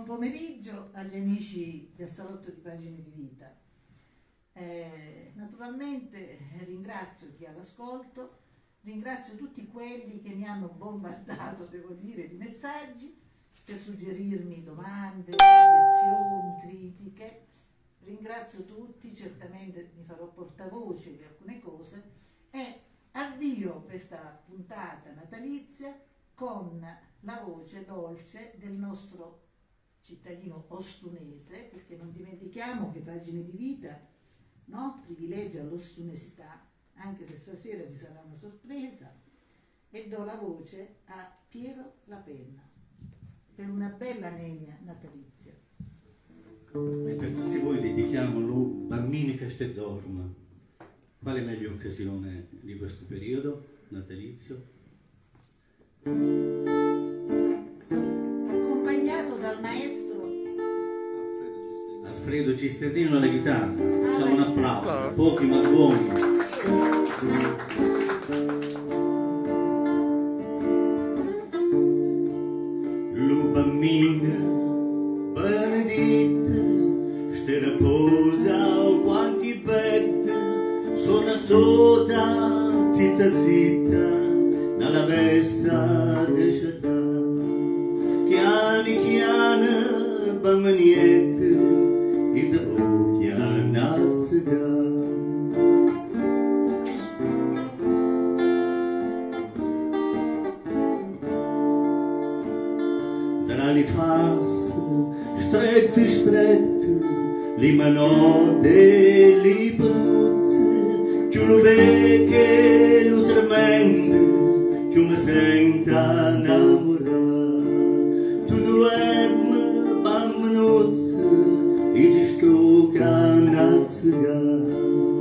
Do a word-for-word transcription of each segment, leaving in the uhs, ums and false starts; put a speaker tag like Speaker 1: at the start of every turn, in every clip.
Speaker 1: pomeriggio agli amici del Salotto di Pagine di Vita. Eh, naturalmente ringrazio chi ha l'ascolto, ringrazio tutti quelli che mi hanno bombardato, devo dire, di messaggi per suggerirmi domande, obiezioni, critiche. Ringrazio tutti, certamente mi farò portavoce di alcune cose e avvio questa puntata natalizia con la voce dolce del nostro cittadino ostunese, perché non dimentichiamo che Pagine di Vita, no, privilegia l'ostunesità, anche se stasera ci sarà una sorpresa, e do la voce a Piero La Penna per una bella nenia natalizia.
Speaker 2: E per tutti voi dedichiamo lo bambini che ste dorma. Quale meglio occasione di questo periodo natalizio?
Speaker 1: Accompagnato dal maestro
Speaker 2: Alfredo Cisternino alla chitarra. Facciamo un applauso, pochi ma buoni. Lo bambina benedetta ste riposa o quanti bette sono sota zitta zitta nella versa de città chiani chiani bambiniette e da chiani alzega. Tra le fasse strette strette le manotte le bruzze che lo vede lo tremende che mi senta innamorare tu duermi bambanozze e ti sto canazzegare.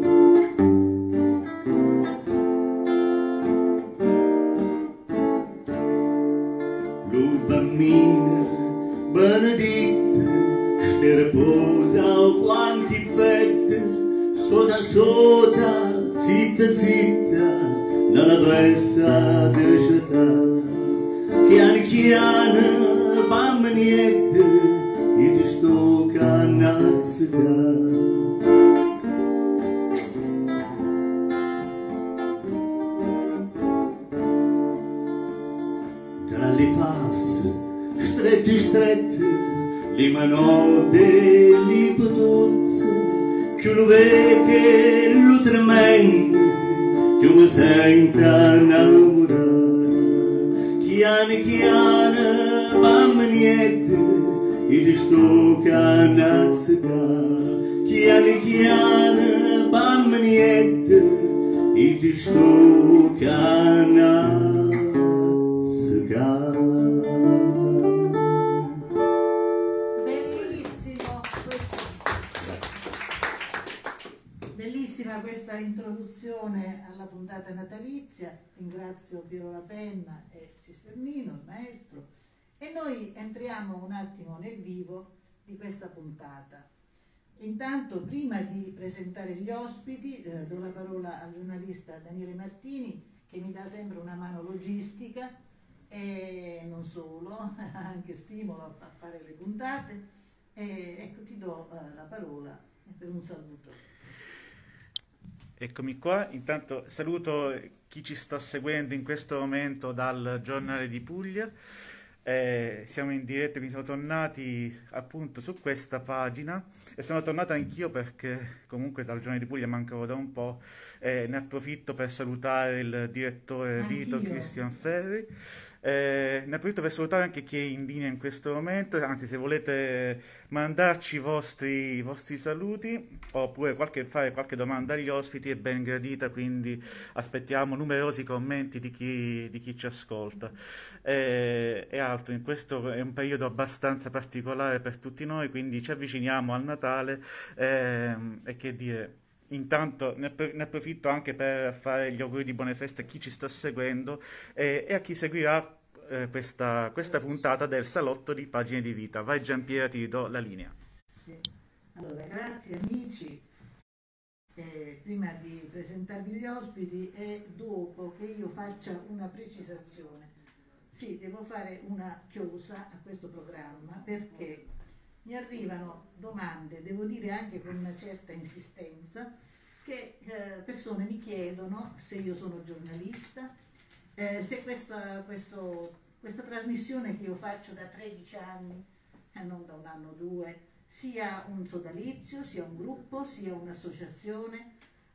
Speaker 2: Benedetta, ste riposa o quanti pette, sota sota, zitta zitta, nella versa della città. Chiani chiani, bambiniette, e ti sto canazzegare. Tra le passe strette strette le manotte le potuzze che lo vede lo tremende che mi senta innamorare chiani chiani bambiniette e ti sto canazzegare chiani chiani bambiniette e ti sto canazzegare.
Speaker 1: Questa introduzione alla puntata natalizia, ringrazio Piero La Penna e Cisternino, il maestro, e noi entriamo un attimo nel vivo di questa puntata. Intanto, prima di presentare gli ospiti, eh, do la parola al giornalista Daniele Martini, che mi dà sempre una mano logistica e non solo, anche stimolo a fare le puntate, e ecco, ti do eh, la parola per un saluto.
Speaker 3: Eccomi qua, intanto saluto chi ci sta seguendo in questo momento dal Giornale di Puglia, eh, siamo in diretta, mi sono tornati appunto su questa pagina e sono tornato anch'io perché comunque dal Giornale di Puglia mancavo da un po', eh, ne approfitto per salutare il direttore Vito
Speaker 1: Anch'io.
Speaker 3: Cristian Ferri. Eh, ne approfitto per salutare anche chi è in linea in questo momento, anzi se volete mandarci i vostri, i vostri saluti oppure qualche, fare qualche domanda agli ospiti è ben gradita, quindi aspettiamo numerosi commenti di chi, di chi ci ascolta. Eh, e altro, in questo è un periodo abbastanza particolare per tutti noi, quindi ci avviciniamo al Natale ehm, e che dire... Intanto ne, app- ne approfitto anche per fare gli auguri di buone feste a chi ci sta seguendo e, e a chi seguirà eh, questa, questa puntata del Salotto di Pagine di Vita. Vai Giampiera, ti do la linea.
Speaker 1: Sì. Allora, grazie amici. Eh, prima di presentarvi gli ospiti e dopo che io faccia una precisazione. sì, devo fare una chiosa a questo programma perché mi arrivano domande, devo dire anche con una certa insistenza, che eh, persone mi chiedono se io sono giornalista, eh, se questa, questo, questa trasmissione che io faccio da tredici anni, e non da un anno o due, sia un sodalizio, sia un gruppo, sia un'associazione,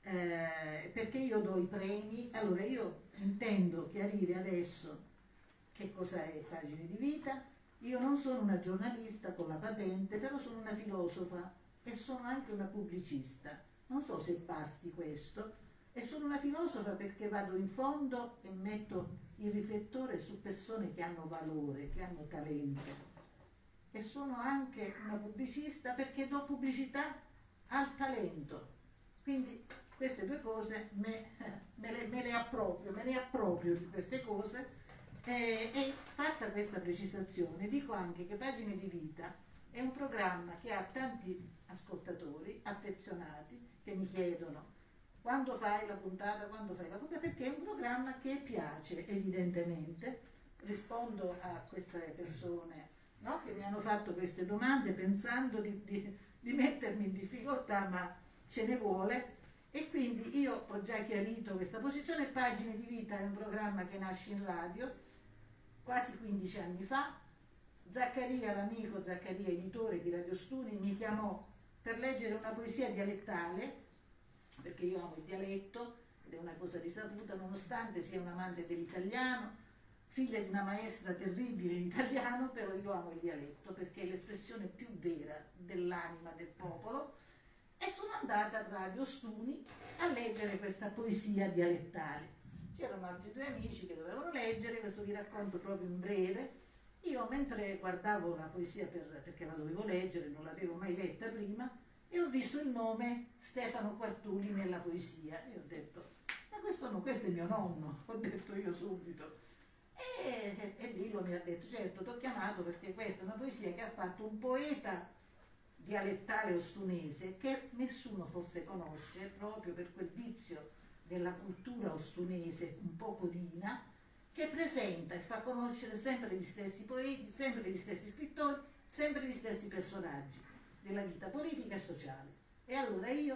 Speaker 1: eh, perché io do i premi. Allora io intendo chiarire adesso che cos'è Pagine di Vita. Io non sono una giornalista con la patente, però sono una filosofa e sono anche una pubblicista. Non so se basti questo. E sono una filosofa perché vado in fondo e metto il riflettore su persone che hanno valore, che hanno talento. E sono anche una pubblicista perché do pubblicità al talento. Quindi queste due cose me, me, le, me le approprio, me ne approprio di queste cose. E, e fatta questa precisazione, dico anche che Pagine di Vita è un programma che ha tanti ascoltatori affezionati che mi chiedono quando fai la puntata, quando fai la puntata, perché è un programma che piace evidentemente. Rispondo a queste persone, no, che mi hanno fatto queste domande pensando di, di, di mettermi in difficoltà, ma ce ne vuole. E quindi io ho già chiarito questa posizione. Pagine di Vita è un programma che nasce in radio quasi quindici anni fa. Zaccaria, l'amico Zaccaria, editore di Radio Studi, mi chiamò per leggere una poesia dialettale, perché io amo il dialetto, ed è una cosa risaputa, nonostante sia un amante dell'italiano, figlia di una maestra terribile in italiano, però io amo il dialetto, perché è l'espressione più vera dell'anima del popolo, e sono andata a Radio Studi a leggere questa poesia dialettale. C'erano altri due amici che dovevano leggere, questo vi racconto proprio in breve. Io mentre guardavo la poesia per, perché la dovevo leggere, non l'avevo mai letta prima, e ho visto il nome Stefano Quartuli nella poesia e ho detto, ma questo no, questo è mio nonno, ho detto io subito. E, e, e Lillo mi ha detto, certo, ti ho chiamato perché questa è una poesia che ha fatto un poeta dialettale ostunese che nessuno forse conosce, proprio per quel vizio della cultura ostunese un po' codina, che presenta e fa conoscere sempre gli stessi poeti, sempre gli stessi scrittori, sempre gli stessi personaggi della vita politica e sociale. E allora io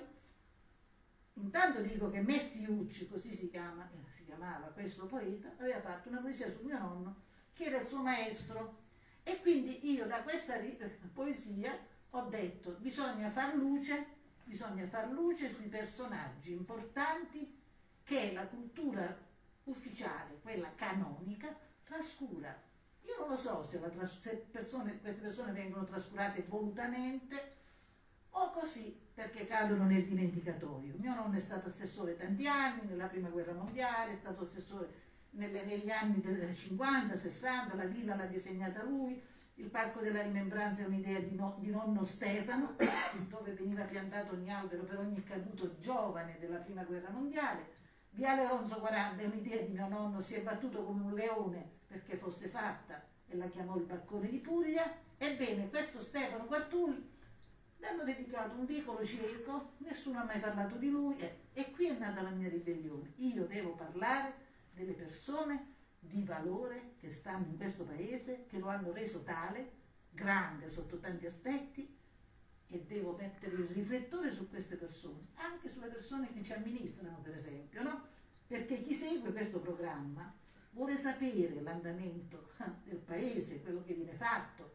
Speaker 1: intanto dico che Mestiucci, così si chiama, si chiamava questo poeta, aveva fatto una poesia sul mio nonno che era il suo maestro, e quindi io da questa poesia ho detto bisogna far luce, bisogna far luce sui personaggi importanti che la cultura ufficiale, quella canonica, trascura. Io non lo so se, la tras- se persone, queste persone vengono trascurate volutamente o così perché cadono nel dimenticatoio. Mio nonno è stato assessore tanti anni, nella prima guerra mondiale, è stato assessore nelle, negli anni del cinquanta, sessanta, la villa l'ha disegnata lui, il Parco della Rimembranza è un'idea di, no, di nonno Stefano, dove veniva piantato ogni albero per ogni caduto giovane della prima guerra mondiale. Viale Alonso quaranta è un'idea di mio nonno, si è battuto come un leone perché fosse fatta e la chiamò il Balcone di Puglia. Ebbene, questo Stefano Quartuli gli hanno dedicato un vicolo cieco, nessuno ha mai parlato di lui, e, e qui è nata la mia ribellione. Io devo parlare delle persone di valore che stanno in questo paese, che lo hanno reso tale, grande sotto tanti aspetti, e devo mettere il riflettore su queste persone, anche sulle persone che ci amministrano, per esempio, no? Perché chi segue questo programma vuole sapere l'andamento del paese, quello che viene fatto,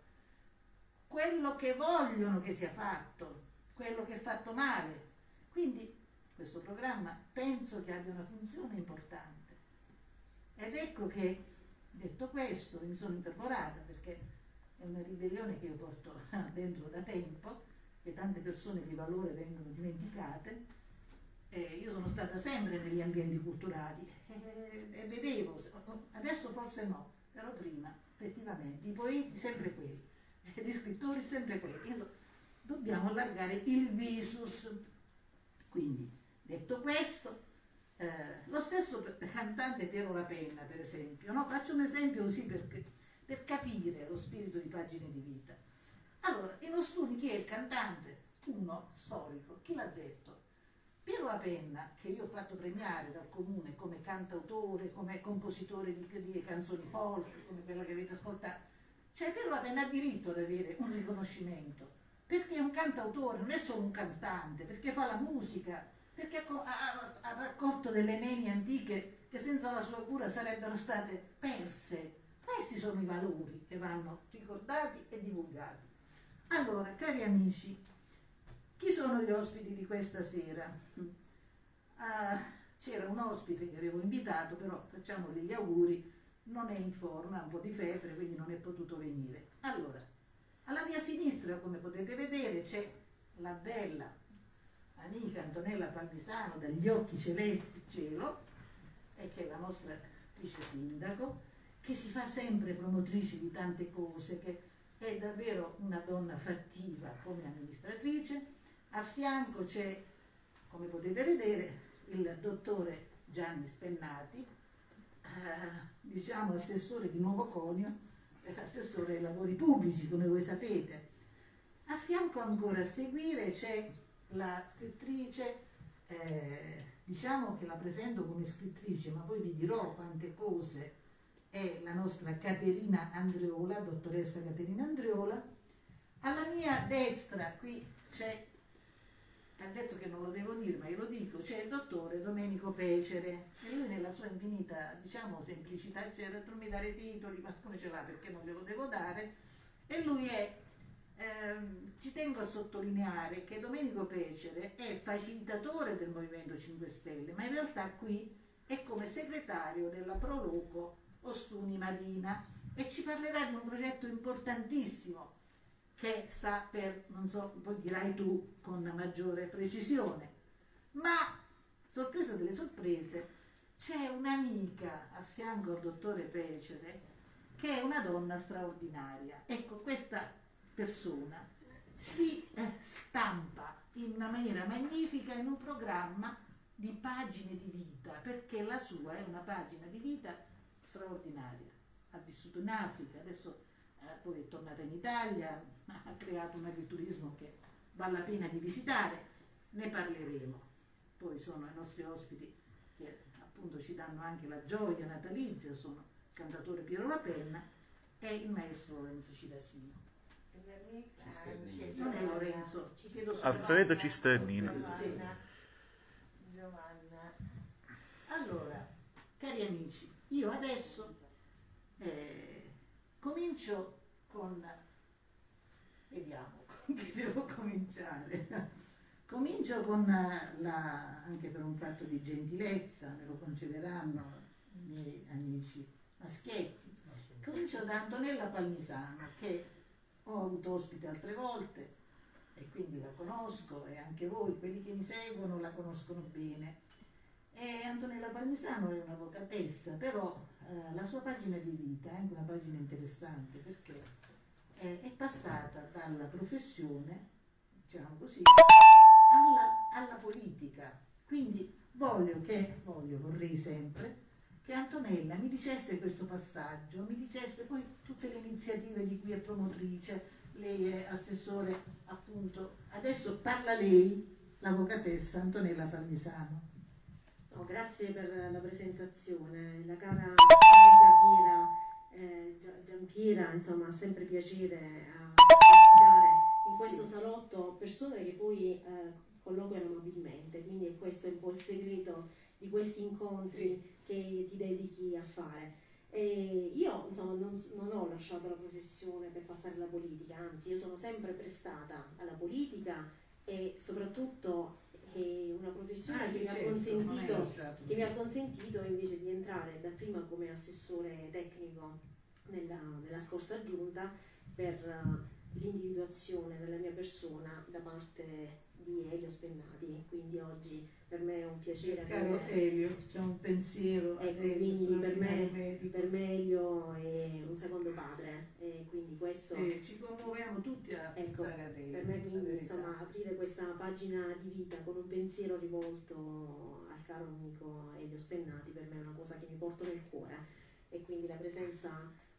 Speaker 1: quello che vogliono che sia fatto, quello che è fatto male. Quindi questo programma penso che abbia una funzione importante. Ed ecco che, detto questo, mi sono infervorata perché è una ribellione che io porto dentro da tempo, che tante persone di valore vengono dimenticate. Eh, io sono stata sempre negli ambienti culturali e, e vedevo, adesso forse no, però prima effettivamente i poeti sempre quelli, gli scrittori sempre quelli. Io, dobbiamo allargare il visus. Quindi, detto questo, eh, lo stesso cantante Piero La Penna, per esempio, no? Faccio un esempio così per, per capire lo spirito di Pagine di Vita. Allora, in Ostuni chi è il cantante? Uno storico. Chi l'ha detto? Piero Lapenna, che io ho fatto premiare dal comune come cantautore, come compositore di, di canzoni folk, come quella che avete ascoltato, cioè Piero Lapenna ha diritto ad avere un riconoscimento, perché è un cantautore, non è solo un cantante, perché fa la musica, perché ha, ha, ha raccolto delle neni antiche che senza la sua cura sarebbero state perse. Questi sono i valori che vanno ricordati e divulgati. Allora, cari amici, chi sono gli ospiti di questa sera? Ah, c'era un ospite che avevo invitato, però facciamogli gli auguri, non è in forma, ha un po' di febbre, quindi non è potuto venire. Allora, alla mia sinistra, come potete vedere, c'è la bella amica Antonella Palmisano dagli occhi celesti cielo, e che è la nostra vice sindaco, che si fa sempre promotrice di tante cose, che è davvero una donna fattiva come amministratrice. A fianco c'è, come potete vedere, il dottore Gianni Spennati, eh, diciamo assessore di Nuovo Conio, assessore ai lavori pubblici, come voi sapete. A fianco ancora a seguire c'è la scrittrice, eh, diciamo che la presento come scrittrice, ma poi vi dirò quante cose, è la nostra Caterina Andreola, dottoressa Caterina Andreola. Alla mia destra qui c'è, ha detto che non lo devo dire ma io lo dico, c'è il dottore Domenico Pecere, e lui nella sua infinita, diciamo, semplicità c'era, non mi dare titoli, ma come ce l'ha perché non glielo devo dare, e lui è, ehm, ci tengo a sottolineare che Domenico Pecere è facilitatore del Movimento cinque Stelle, ma in realtà qui è come segretario della Proloco Ostuni Marina, e ci parlerà di un progetto importantissimo che sta per, non so, poi dirai tu con maggiore precisione. Ma, sorpresa delle sorprese, c'è un'amica a fianco al dottore Pecere che è una donna straordinaria. Ecco, questa persona si eh, stampa in una maniera magnifica in un programma di pagine di vita, perché la sua è una pagina di vita straordinaria. Ha vissuto in Africa, adesso eh, poi è tornata in Italia, ha creato un agriturismo che vale la pena di visitare, ne parleremo. Poi sono i nostri ospiti che appunto ci danno anche la gioia natalizia, sono il cantatore Piero Lapenna e il maestro Lorenzo Cirasino. Non è Lorenzo, ci chiedo scusa.
Speaker 3: Alfredo Cisternino.
Speaker 1: Sì. Allora, cari amici, io adesso eh, comincio con, vediamo con che devo cominciare. Comincio con la, anche per un fatto di gentilezza, me lo concederanno i miei amici maschietti. Comincio da Antonella Palmisano, che ho avuto ospite altre volte e quindi la conosco, e anche voi, quelli che mi seguono, la conoscono bene. E Antonella Palmisano è un'avvocatessa, però eh, la sua pagina di vita è anche una pagina interessante, perché eh, è passata dalla professione, diciamo così, alla, alla politica. Quindi voglio che, voglio, vorrei sempre che Antonella mi dicesse questo passaggio, mi dicesse poi tutte le iniziative di cui è promotrice. Lei è assessore, appunto, adesso parla lei, l'avvocatessa Antonella Palmisano.
Speaker 4: Oh, grazie per la presentazione, la cara amica Piera, eh, Giampiera, insomma, ha sempre piacere a ospitare in questo salotto persone che poi eh, colloquiano amabilmente, quindi è questo un po' il segreto di questi incontri che ti dedichi a fare. E io insomma non, non ho lasciato la professione per passare alla politica, anzi io sono sempre prestata alla politica, e soprattutto è una professione
Speaker 1: ah,
Speaker 4: che,
Speaker 1: sì,
Speaker 4: mi
Speaker 1: certo,
Speaker 4: ha consentito,
Speaker 1: che
Speaker 4: mi ha consentito invece di entrare dapprima come assessore tecnico nella, nella scorsa giunta per uh, l'individuazione della mia persona da parte di Elio Spennati, quindi oggi per me è un piacere
Speaker 1: caro
Speaker 4: avere
Speaker 1: Elio, c'è un pensiero,
Speaker 4: ecco,
Speaker 1: Elio,
Speaker 4: quindi per me,
Speaker 1: medico.
Speaker 4: per me Elio è un secondo padre, e quindi questo
Speaker 1: sì, ci commuoviamo tutti a
Speaker 4: ecco,
Speaker 1: pensare ad Elio,
Speaker 4: per me quindi
Speaker 1: verità.
Speaker 4: insomma aprire questa pagina di vita con un pensiero rivolto al caro amico Elio Spennati per me è una cosa che mi porto nel cuore, e quindi la presenza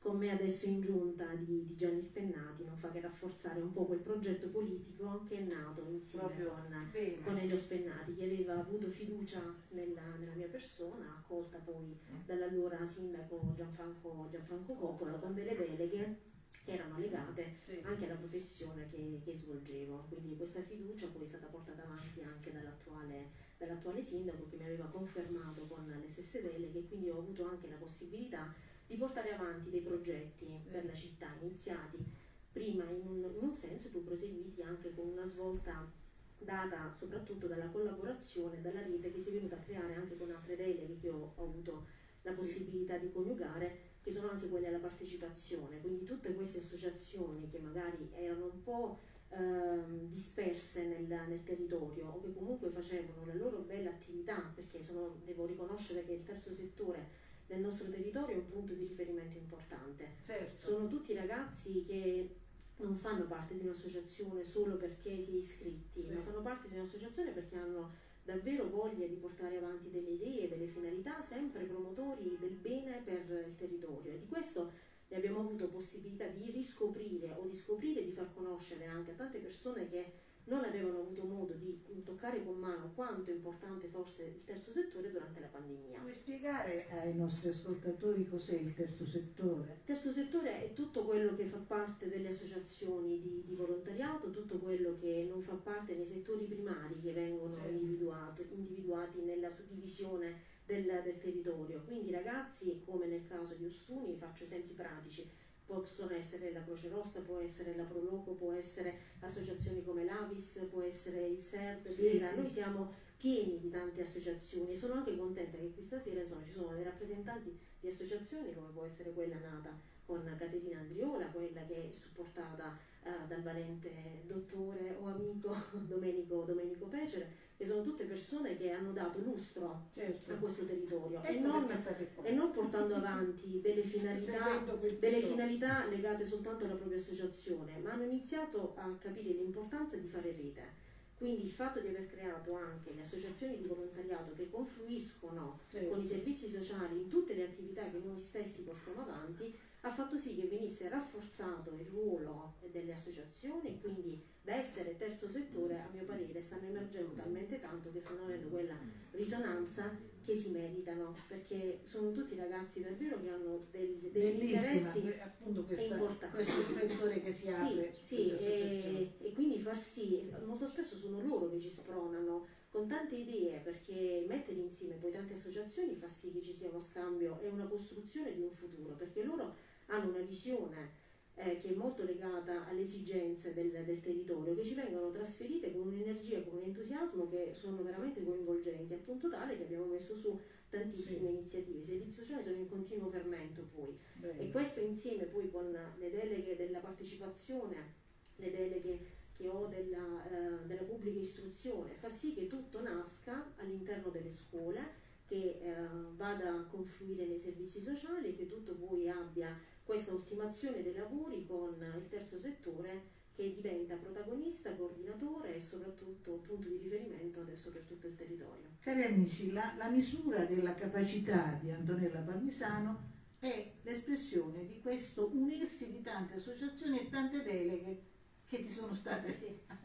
Speaker 4: con me adesso in giunta di, di Gianni Spennati non fa che rafforzare un po' quel progetto politico che è nato insieme con, con Elio Spennati, che aveva avuto fiducia nella, nella mia persona, accolta poi dall'allora sindaco Gianfranco, Gianfranco Coppola, con delle deleghe che erano legate sì. anche alla professione che, che svolgevo. Quindi questa fiducia poi è stata portata avanti anche dall'attuale, dall'attuale sindaco, che mi aveva confermato con le stesse deleghe, e quindi ho avuto anche la possibilità di portare avanti dei progetti sì. per la città iniziati prima in un, in un senso, poi proseguiti anche con una svolta data soprattutto dalla collaborazione, dalla rete che si è venuta a creare anche con altre deleghe che ho, ho avuto la possibilità di coniugare, che sono anche quelle alla partecipazione. Quindi tutte queste associazioni che magari erano un po' ehm, disperse nel, nel territorio, o che comunque facevano la loro bella attività, perché sono, devo riconoscere che il terzo settore nel nostro territorio è un punto di riferimento importante.
Speaker 1: Certo.
Speaker 4: Sono tutti ragazzi che non fanno parte di un'associazione solo perché si è iscritti, sì. ma fanno parte di un'associazione perché hanno davvero voglia di portare avanti delle idee, delle finalità, sempre promotori del bene per il territorio, e di questo ne abbiamo avuto possibilità di riscoprire o di scoprire e di far conoscere anche a tante persone che non avevano avuto modo di toccare con mano quanto è importante fosse il terzo settore durante la pandemia.
Speaker 1: Puoi spiegare ai nostri ascoltatori cos'è il terzo settore?
Speaker 4: Il terzo settore è tutto quello che fa parte delle associazioni di, di volontariato, tutto quello che non fa parte dei settori primari che vengono certo. individuati, individuati nella suddivisione del, del territorio. Quindi ragazzi, come nel caso di Ostuni, faccio esempi pratici, possono essere la Croce Rossa, può essere la Proloco, può essere associazioni come l'Avis, può essere il S E R P, sì, sì. Noi siamo pieni di tante associazioni e sono anche contenta che questa sera insomma, ci sono dei rappresentanti di associazioni come può essere quella nata con Caterina Andriola, quella che è supportata uh, dal valente dottore o amico Domenico, Domenico Pecere, che sono tutte persone che hanno dato lustro certo. a questo territorio ecco e, non, e non portando avanti delle finalità, delle finalità legate soltanto alla propria associazione, ma hanno iniziato a capire l'importanza di fare rete. Quindi il fatto di aver creato anche le associazioni di volontariato che confluiscono certo. con i servizi sociali in tutte le attività che noi stessi portiamo avanti ha fatto sì che venisse rafforzato il ruolo delle associazioni, e quindi da essere terzo settore a mio parere stanno emergendo talmente tanto che stanno avendo quella risonanza che si meritano, perché sono tutti ragazzi davvero che hanno degli, degli interessi
Speaker 1: appunto questa,
Speaker 4: importanti.
Speaker 1: Questo riflettore che si apre.
Speaker 4: Sì, sì e, e quindi far sì, molto spesso sono loro che ci spronano con tante idee, perché mettere insieme poi tante associazioni fa sì che ci sia uno scambio e una costruzione di un futuro, perché loro hanno una visione eh, che è molto legata alle esigenze del, del territorio, che ci vengono trasferite con un'energia, con un entusiasmo che sono veramente coinvolgenti, al punto tale che abbiamo messo su tantissime sì. iniziative. I servizi sociali sono in continuo fermento poi Bene. E questo insieme poi con le deleghe della partecipazione, le deleghe che ho della, eh, della pubblica istruzione, fa sì che tutto nasca all'interno delle scuole, che eh, vada a confluire nei servizi sociali e che tutto poi abbia questa ultimazione dei lavori con il terzo settore che diventa protagonista, coordinatore e soprattutto punto di riferimento adesso per tutto il territorio.
Speaker 1: Cari amici, la, la misura della capacità di Antonella Palmisano è l'espressione di questo unirsi di tante associazioni e tante deleghe che ti sono state.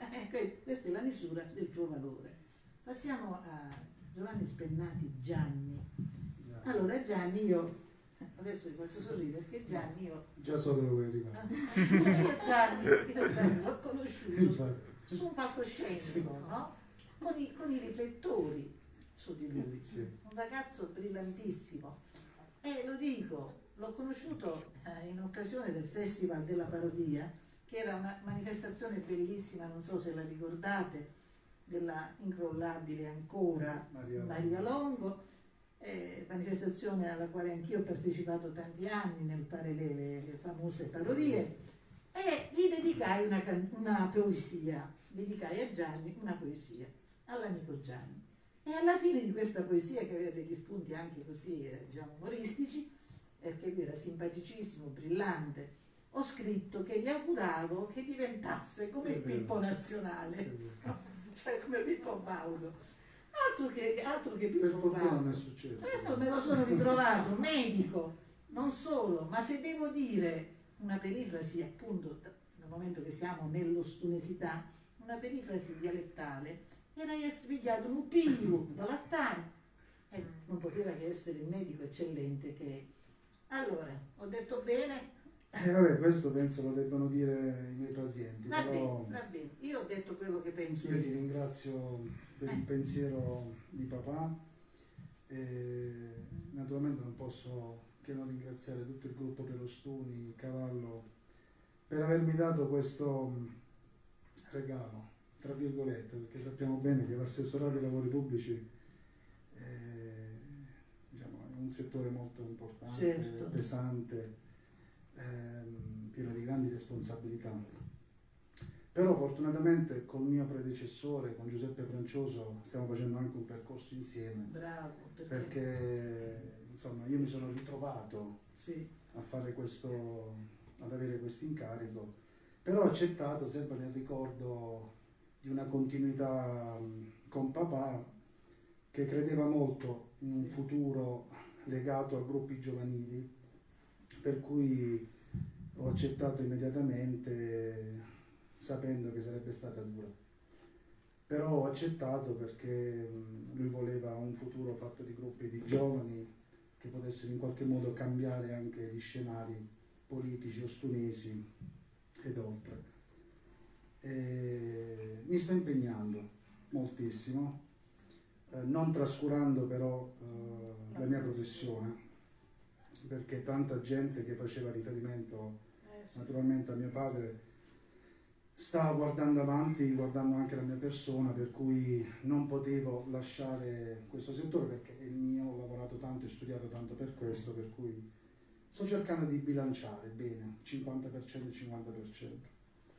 Speaker 1: Sì. Questa è la misura del tuo valore. Passiamo a Giovanni Spennati Gianni. Allora Gianni, io adesso vi faccio sorridere perché Gianni io
Speaker 5: già so dove vuoi arrivare.
Speaker 1: io Gianni, io Gianni l'ho conosciuto su un palcoscenico, no? Con i, con i riflettori su di lui, sì. Un ragazzo brillantissimo, e lo dico, l'ho conosciuto eh, in occasione del Festival della Parodia, che era una manifestazione bellissima, non so se la ricordate, della incrollabile ancora Maria, Maria Longo, eh, manifestazione alla quale anch'io ho partecipato tanti anni nel fare le, le, le famose parodie, e gli dedicai una, una poesia, dedicai a Gianni una poesia, all'amico Gianni. E alla fine di questa poesia, che aveva degli spunti anche così, eh, diciamo, umoristici, perché lui era simpaticissimo, brillante, ho scritto che gli auguravo che diventasse come il Pippo nazionale, cioè come Pippo Baudo. Altro che, altro che Pippo Baudo.
Speaker 5: Non è successo.
Speaker 1: Questo me lo sono ritrovato, medico, Non solo, ma se devo dire una perifrasi, appunto, dal momento che siamo nell'ostunesità, una perifrasi dialettale, era essere pigliato un piglio da lattare. E non poteva che essere il medico eccellente che è. Allora, ho detto bene?
Speaker 5: Eh, vabbè, questo penso lo debbano dire i miei pazienti.
Speaker 1: Va
Speaker 5: però
Speaker 1: bene, va bene. Io ho detto quello che penso.
Speaker 5: io ti ringrazio per il pensiero di papà e naturalmente non posso che non ringraziare tutto il gruppo Pelostuni, Cavallo, per avermi dato questo regalo, tra virgolette, perché sappiamo bene che l'assessorato ai lavori pubblici è, diciamo, è un settore molto importante,
Speaker 1: Certo.
Speaker 5: pesante, ehm, pieno di grandi responsabilità. Però fortunatamente col mio predecessore, con Giuseppe Francioso, stiamo facendo anche un percorso insieme.
Speaker 1: Bravo, perché,
Speaker 5: Perché insomma io mi sono ritrovato
Speaker 1: sì,
Speaker 5: a fare questo, ad avere questo incarico, però ho accettato sempre nel ricordo di una continuità mh, con papà, che credeva molto in un futuro legato a gruppi giovanili, per cui ho accettato immediatamente, sapendo che sarebbe stata dura. Però ho accettato perché mh, lui voleva un futuro fatto di gruppi di giovani che potessero in qualche modo cambiare anche gli scenari politici ostunesi ed oltre. E mi sto impegnando moltissimo, eh, non trascurando però eh, la mia professione, perché tanta gente che faceva riferimento
Speaker 1: eh, sì.
Speaker 5: naturalmente a mio padre stava guardando avanti, guardando anche la mia persona, per cui non potevo lasciare questo settore perché è il mio, ho lavorato tanto e studiato tanto per questo, per cui sto cercando di bilanciare bene, cinquanta per cento e cinquanta per cento.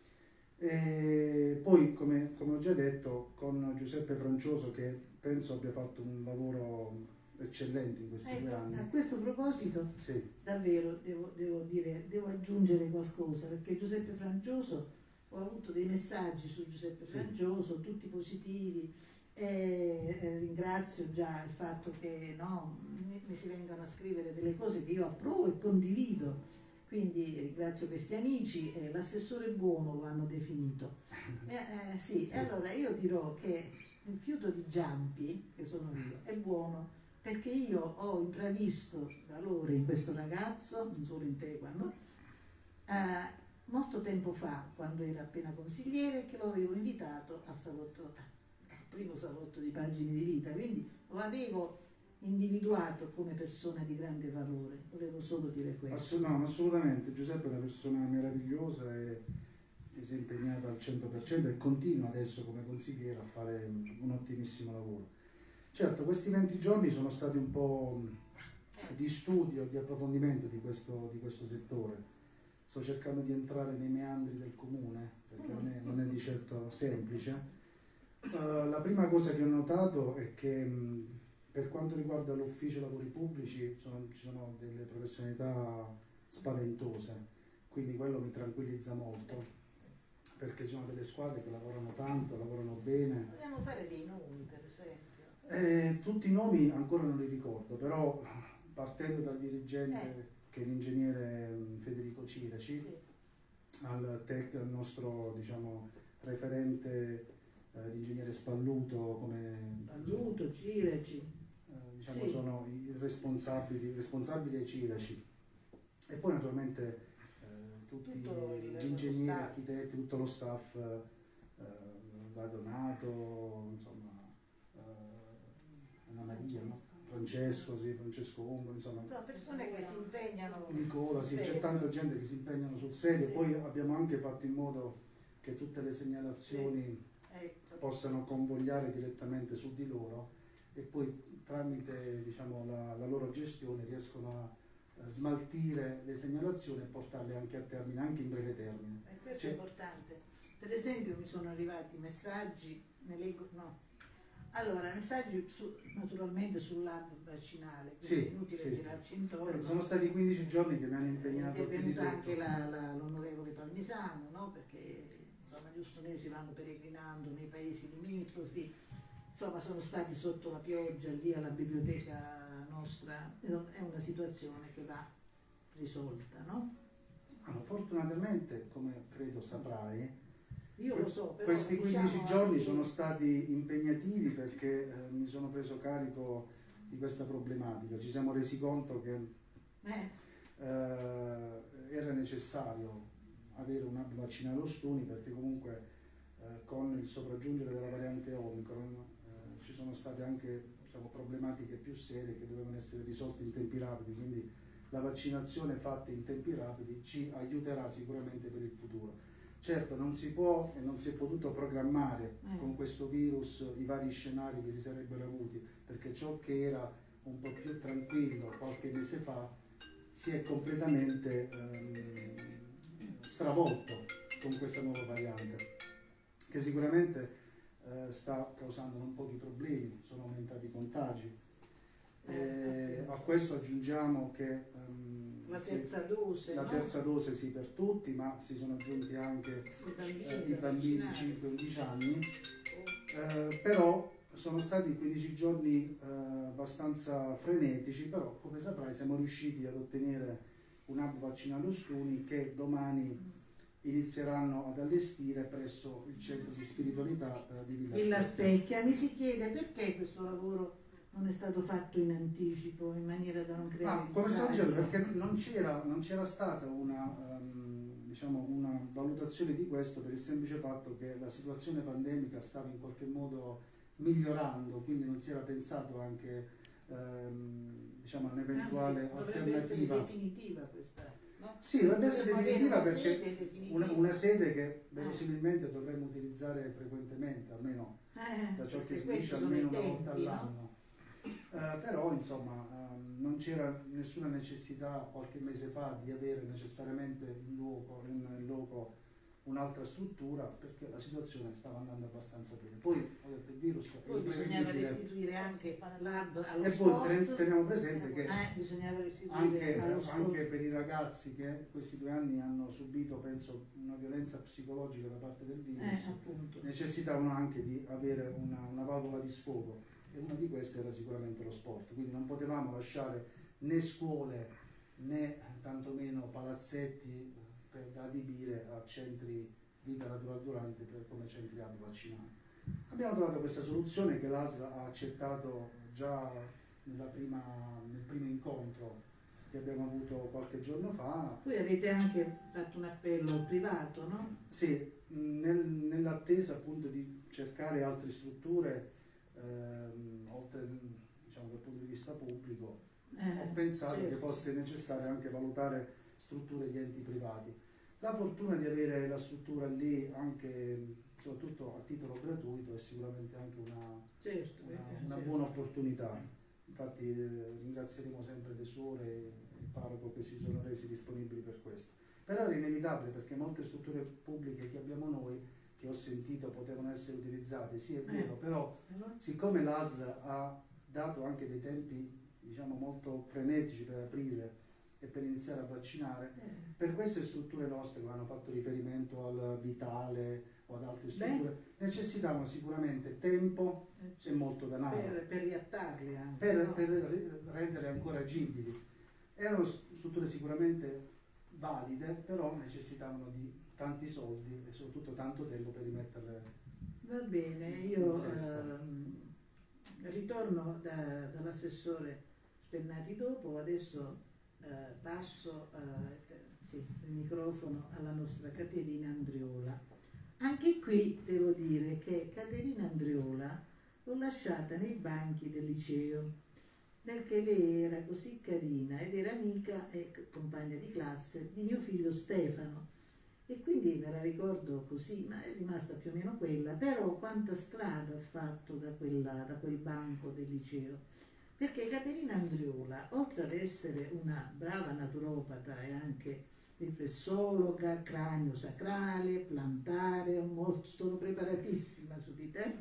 Speaker 5: E poi, come, come ho già detto, con Giuseppe Francioso, che penso abbia fatto un lavoro eccellente in questi
Speaker 1: Ecco,
Speaker 5: due anni.
Speaker 1: a questo proposito,
Speaker 5: Sì,
Speaker 1: davvero devo, devo dire, devo aggiungere qualcosa, perché Giuseppe Francioso, ho avuto dei messaggi su Giuseppe
Speaker 5: Sì.
Speaker 1: Francioso, tutti positivi, e, e ringrazio già il fatto che no, mi, mi si vengano a scrivere delle cose che io approvo e condivido, quindi ringrazio questi amici, eh, l'assessore buono lo hanno definito. Eh, eh, sì,
Speaker 5: Sì.
Speaker 1: e allora io dirò che il fiuto di Giampi, che sono io, è buono perché io ho intravisto valore in questo ragazzo, non solo in te quando, eh, molto tempo fa, quando era appena consigliere, che lo avevo invitato al salotto, al primo salotto di Pagine di Vita, quindi lo avevo individuato come persona di grande valore, volevo solo dire questo.
Speaker 5: Assu- no, assolutamente, Giuseppe è una persona meravigliosa e che si è impegnata al cento per cento e continua adesso come consigliere a fare un ottimissimo lavoro. Certo, questi venti giorni sono stati un po' di studio, di approfondimento di questo, di questo settore. Sto cercando di entrare nei meandri del comune, perché non è, non è di certo semplice. Uh, la prima cosa che ho notato è che mh, per quanto riguarda l'ufficio lavori pubblici sono, ci sono delle professionalità spaventose, quindi quello mi tranquillizza molto, perché ci sono delle squadre che lavorano tanto, lavorano bene.
Speaker 1: Vogliamo fare dei nomi, per esempio.
Speaker 5: Eh, tutti i nomi ancora non li ricordo, però partendo dal dirigente,
Speaker 1: Eh.
Speaker 5: che è l'ingegnere Federico Ciraci,
Speaker 1: Sì.
Speaker 5: al, tec, al nostro diciamo, referente, eh, l'ingegnere Spalluto, come
Speaker 1: Palluto, Cireci.
Speaker 5: eh, diciamo,
Speaker 1: Sì.
Speaker 5: sono i responsabili, responsabili ai Ciraci. E poi naturalmente eh, tutti
Speaker 1: Tutto il-
Speaker 5: gli
Speaker 1: lo
Speaker 5: ingegneri,
Speaker 1: staff.
Speaker 5: architetti, tutto lo staff, eh, da Donato, insomma, eh, Anna Maria, no? Francesco, sì, Francesco Ongo, insomma,
Speaker 1: Sono persone che si impegnano.
Speaker 5: Nicola, sì, c'è
Speaker 1: serio.
Speaker 5: tanta gente che si impegnano sul serio.
Speaker 1: Sì.
Speaker 5: Poi abbiamo anche fatto in modo che tutte le segnalazioni
Speaker 1: Ecco.
Speaker 5: possano convogliare direttamente su di loro e poi tramite diciamo, la, la loro gestione riescono a, a smaltire le segnalazioni e portarle anche a termine, anche in breve termine.
Speaker 1: E questo
Speaker 5: Cioè-
Speaker 1: è importante. Per esempio mi sono arrivati messaggi, ne leggo, no. Allora, messaggi su, naturalmente sull'hub vaccinale, quindi
Speaker 5: Sì,
Speaker 1: è inutile
Speaker 5: sì.
Speaker 1: girarci intorno.
Speaker 5: Eh, sono stati quindici giorni che mi hanno
Speaker 1: È
Speaker 5: impegnato più di
Speaker 1: intervenuta
Speaker 5: tutto.
Speaker 1: anche la- la- l'onorevole Palmisano, no? Perché insomma, gli ustonesi vanno peregrinando nei paesi limitrofi, insomma sono stati sotto la pioggia lì alla biblioteca nostra, è una situazione che va risolta, no?
Speaker 5: Allora, fortunatamente, come credo saprai,
Speaker 1: Io lo so, però
Speaker 5: questi quindici
Speaker 1: diciamo
Speaker 5: giorni
Speaker 1: anche-
Speaker 5: sono stati impegnativi perché eh, mi sono preso carico di questa problematica. Ci siamo resi conto che
Speaker 1: eh,
Speaker 5: eh, era necessario avere un hub vaccinale allo Stuni perché comunque eh, con il sopraggiungere della variante Omicron eh, ci sono state anche, diciamo, problematiche più serie che dovevano essere risolte in tempi rapidi, quindi la vaccinazione fatta in tempi rapidi ci aiuterà sicuramente per il futuro. Certo, non si può e non si è potuto programmare
Speaker 1: Eh.
Speaker 5: con questo virus i vari scenari che si sarebbero avuti, perché ciò che era un po' più tranquillo qualche mese fa si è completamente ehm, stravolto con questa nuova variante, che sicuramente eh, sta causando non pochi problemi, sono aumentati i contagi. E a questo aggiungiamo che ehm,
Speaker 1: la
Speaker 5: si-
Speaker 1: terza dose,
Speaker 5: la
Speaker 1: no?
Speaker 5: terza dose sì per tutti, ma si sono aggiunti anche
Speaker 1: I bambini
Speaker 5: eh, i
Speaker 1: da
Speaker 5: bambini
Speaker 1: vaccinare.
Speaker 5: cinque undici anni, eh, però sono stati quindici giorni eh, abbastanza frenetici, però come saprai siamo riusciti ad ottenere un hub vaccinale Ostuni che domani inizieranno ad allestire presso il centro di spiritualità eh, di Villa
Speaker 1: Villa
Speaker 5: Specchia.
Speaker 1: Specchia. Mi si chiede perché questo lavoro non è stato fatto in anticipo in maniera da non creare
Speaker 5: Ma come stavo
Speaker 1: disagio.
Speaker 5: dicendo, perché non c'era, non c'era stata una, ehm, diciamo, una valutazione di questo per il semplice fatto che la situazione pandemica stava in qualche modo migliorando, quindi non si era pensato anche ehm, diciamo, a un'eventuale
Speaker 1: Anzi, dovrebbe essere
Speaker 5: alternativa.
Speaker 1: definitiva questa, no?
Speaker 5: Sì, dovrebbe essere
Speaker 1: Dovremmo
Speaker 5: definitiva
Speaker 1: avere una
Speaker 5: perché
Speaker 1: sede definitiva.
Speaker 5: una, una sede che verosimilmente dovremmo utilizzare frequentemente, almeno
Speaker 1: Eh,
Speaker 5: da ciò che
Speaker 1: perché
Speaker 5: si
Speaker 1: questi
Speaker 5: dice
Speaker 1: sono
Speaker 5: almeno
Speaker 1: i
Speaker 5: una volta
Speaker 1: tempi, no?
Speaker 5: all'anno. Eh, però insomma ehm, non c'era nessuna necessità qualche mese fa di avere necessariamente in loco, in, in loco un'altra struttura perché la situazione stava andando abbastanza bene. Poi ho detto il virus è
Speaker 1: Poi bisognava
Speaker 5: imprevedibile
Speaker 1: restituire anche l'hub allo
Speaker 5: e poi
Speaker 1: sport.
Speaker 5: ten- teniamo presente che
Speaker 1: Eh, bisognava restituire
Speaker 5: anche,
Speaker 1: allo sport.
Speaker 5: anche per i ragazzi che questi due anni hanno subito, penso, una violenza psicologica da parte del virus,
Speaker 1: Eh, appunto.
Speaker 5: necessitavano anche di avere una, una valvola di sfogo e una di queste era sicuramente lo sport, quindi non potevamo lasciare né scuole né tantomeno palazzetti per, da adibire a centri vita natural durante per, come centri hub vaccinali. Abbiamo trovato questa soluzione che l'A S L ha accettato già nella prima, nel primo incontro che abbiamo avuto qualche giorno fa.
Speaker 1: Poi avete anche fatto un appello al privato, no?
Speaker 5: Sì, nel- nell'attesa appunto di cercare altre strutture, ehm, oltre diciamo dal punto di vista pubblico,
Speaker 1: Eh,
Speaker 5: ho pensato
Speaker 1: certo.
Speaker 5: che fosse necessario anche valutare strutture di enti privati. La fortuna di avere la struttura lì anche soprattutto a titolo gratuito è sicuramente anche una,
Speaker 1: Certo,
Speaker 5: una,
Speaker 1: eh,
Speaker 5: una
Speaker 1: certo.
Speaker 5: buona opportunità. Infatti eh, ringrazieremo sempre le suore e il parroco che si sono resi disponibili per questo. Però era inevitabile perché molte strutture pubbliche che abbiamo noi, che ho sentito potevano essere utilizzate, sì è vero,
Speaker 1: Eh.
Speaker 5: però
Speaker 1: Allora?
Speaker 5: siccome l'A S L ha dato anche dei tempi diciamo molto frenetici per aprire e per iniziare a vaccinare,
Speaker 1: Eh,
Speaker 5: per queste strutture nostre che hanno fatto riferimento al Vitale o ad altre strutture, necessitavano sicuramente tempo
Speaker 1: eh,
Speaker 5: e
Speaker 1: certo.
Speaker 5: molto denaro
Speaker 1: per, per riattarli anche,
Speaker 5: per,
Speaker 1: no?
Speaker 5: per ri- rendere ancora agibili. Erano s- strutture sicuramente valide, però necessitavano di tanti soldi e soprattutto tanto tempo per rimetterle.
Speaker 1: Va bene, io
Speaker 5: In sesto.
Speaker 1: ehm, ritorno da- dall'assessore Spennati dopo, adesso eh, passo eh, te- sì, il microfono alla nostra Caterina Andriola. Anche qui devo dire che Caterina Andriola l'ho lasciata nei banchi del liceo perché lei era così carina ed era amica e compagna di classe di mio figlio Stefano. E quindi me la ricordo così, ma è rimasta più o meno quella, però quanta strada ha fatto da, quella, da quel banco del liceo. Perché Caterina Andriola, oltre ad essere una brava naturopata e anche riflessologa, cranio sacrale, plantare, molto, sono preparatissima su di te,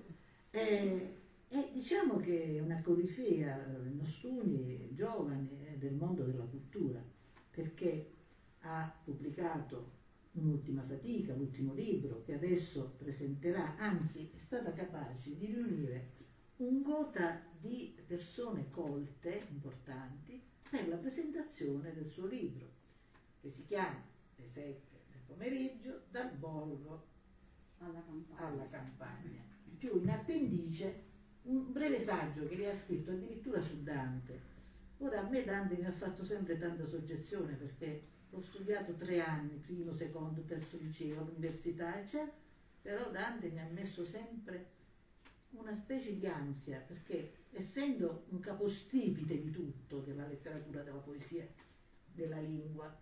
Speaker 1: e, e diciamo che è una corifea in studi giovane del mondo della cultura, perché ha pubblicato Un'ultima fatica, l'ultimo libro che adesso presenterà, anzi è stata capace di riunire un gota di persone colte, importanti, per la presentazione del suo libro, che si chiama Le sette del pomeriggio, dal borgo
Speaker 6: alla campagna.
Speaker 1: alla campagna. Più in appendice un breve saggio che lei ha scritto addirittura su Dante. Ora, a me Dante mi ha fatto sempre tanta soggezione, perché l'ho studiato tre anni, primo, secondo, terzo liceo, all'università, eccetera, però Dante mi ha messo sempre una specie di ansia, perché essendo un capostipite di tutto, della letteratura, della poesia, della lingua,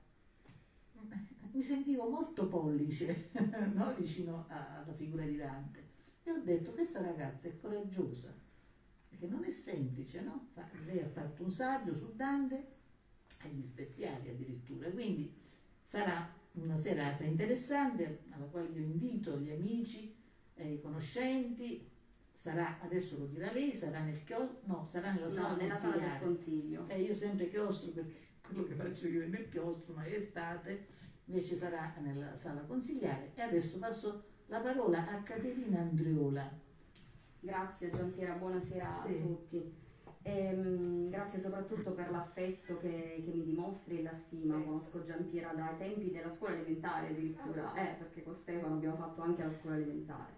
Speaker 1: mi sentivo molto pollice no? vicino a- alla figura di Dante, e ho detto: questa ragazza è coraggiosa, perché non è semplice, no? Fa- lei ha fatto un saggio su Dante e gli speziali addirittura, quindi sarà una serata interessante alla quale io invito gli amici e i conoscenti. Sarà, adesso lo dirà lei, sarà nel chiostro, no, sarà nella sala
Speaker 6: No, nella sala del
Speaker 1: consigliare.
Speaker 6: consiglio.
Speaker 1: Eh, io sempre chiostro, perché quello che faccio io è nel chiostro, ma è estate, invece sarà nella sala consigliare. E adesso passo la parola a Caterina Andriola.
Speaker 6: Grazie Giampiera, buonasera
Speaker 1: Sì.
Speaker 6: a tutti. Ehm, grazie soprattutto per l'affetto che, che mi dimostri e la stima.
Speaker 1: Sì.
Speaker 6: Conosco Giampiera dai tempi della scuola elementare addirittura, eh, perché con Stefano abbiamo fatto anche la scuola elementare.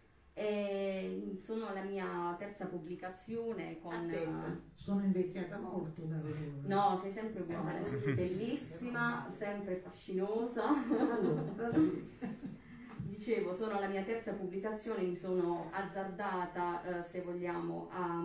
Speaker 6: E sono alla mia terza pubblicazione con...
Speaker 1: Aspetta, sono invecchiata molto da vedere.
Speaker 6: No, sei sempre uguale, bellissima, sempre fascinosa.
Speaker 1: Allora, va bene.
Speaker 6: Dicevo, sono alla mia terza pubblicazione, mi sono azzardata, eh, se vogliamo, a,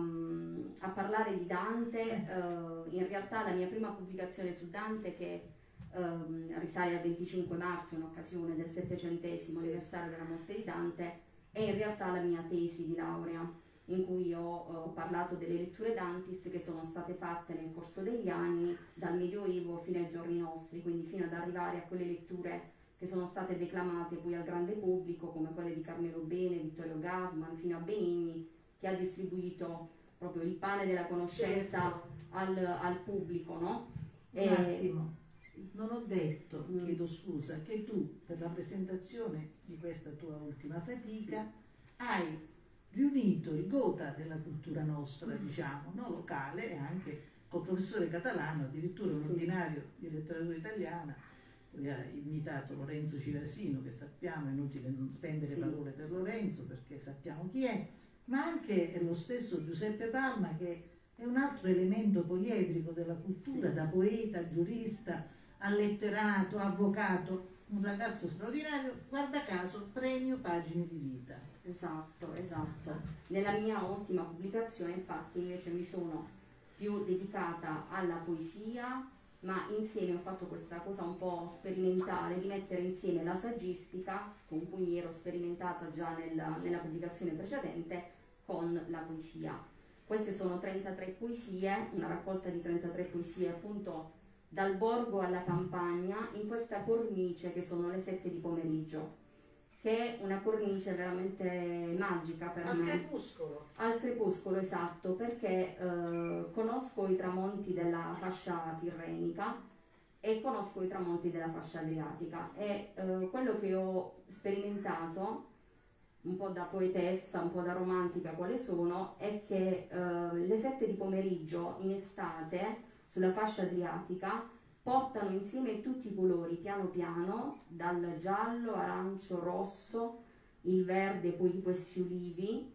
Speaker 6: a parlare di Dante. Eh, in realtà la mia prima pubblicazione su Dante, che ehm, risale al venticinque marzo, in occasione del settecentesimo
Speaker 1: Sì.
Speaker 6: anniversario della morte di Dante, è in realtà la mia tesi di laurea, in cui ho, ho parlato delle letture Dantis che sono state fatte nel corso degli anni, dal Medioevo fino ai giorni nostri, quindi fino ad arrivare a quelle letture che sono state declamate poi al grande pubblico, come quelle di Carmelo Bene, Vittorio Gassman, fino a Benigni, che ha distribuito proprio il pane della conoscenza
Speaker 1: Certo.
Speaker 6: al, al pubblico, no?
Speaker 1: Un
Speaker 6: E-
Speaker 1: attimo, non ho detto,
Speaker 6: Mm.
Speaker 1: chiedo scusa, che tu per la presentazione di questa tua ultima fatica hai riunito il gotha della cultura nostra, diciamo, no? Locale, e anche col professore Catalano, addirittura un
Speaker 6: Sì.
Speaker 1: ordinario di letteratura italiana. Poi ha imitato Lorenzo Cirasino, che sappiamo, è inutile non spendere
Speaker 6: Sì.
Speaker 1: parole per Lorenzo perché sappiamo chi è, ma anche lo stesso Giuseppe Palma, che è un altro elemento poliedrico della cultura,
Speaker 6: Sì.
Speaker 1: da poeta, giurista, a letterato, avvocato, un ragazzo straordinario, guarda caso, premio Pagine di Vita.
Speaker 6: Esatto, esatto. Nella mia ultima pubblicazione, infatti, invece mi sono più dedicata alla poesia, ma insieme ho fatto questa cosa un po' sperimentale di mettere insieme la saggistica, con cui mi ero sperimentata già nella, nella pubblicazione precedente, con la poesia. Queste sono trentatré poesie, una raccolta di trentatré poesie appunto dal borgo alla campagna, in questa cornice che sono le sette di pomeriggio, che è una cornice veramente magica per
Speaker 1: Al
Speaker 6: me.
Speaker 1: crepuscolo.
Speaker 6: Al crepuscolo, esatto, perché eh, conosco i tramonti della fascia tirrenica e conosco i tramonti della fascia adriatica, e eh, quello che ho sperimentato un po' da poetessa, un po' da romantica quale sono, è che eh, le sette di pomeriggio in estate sulla fascia adriatica portano insieme tutti i colori piano piano, dal giallo, arancio, rosso, il verde, poi di questi olivi,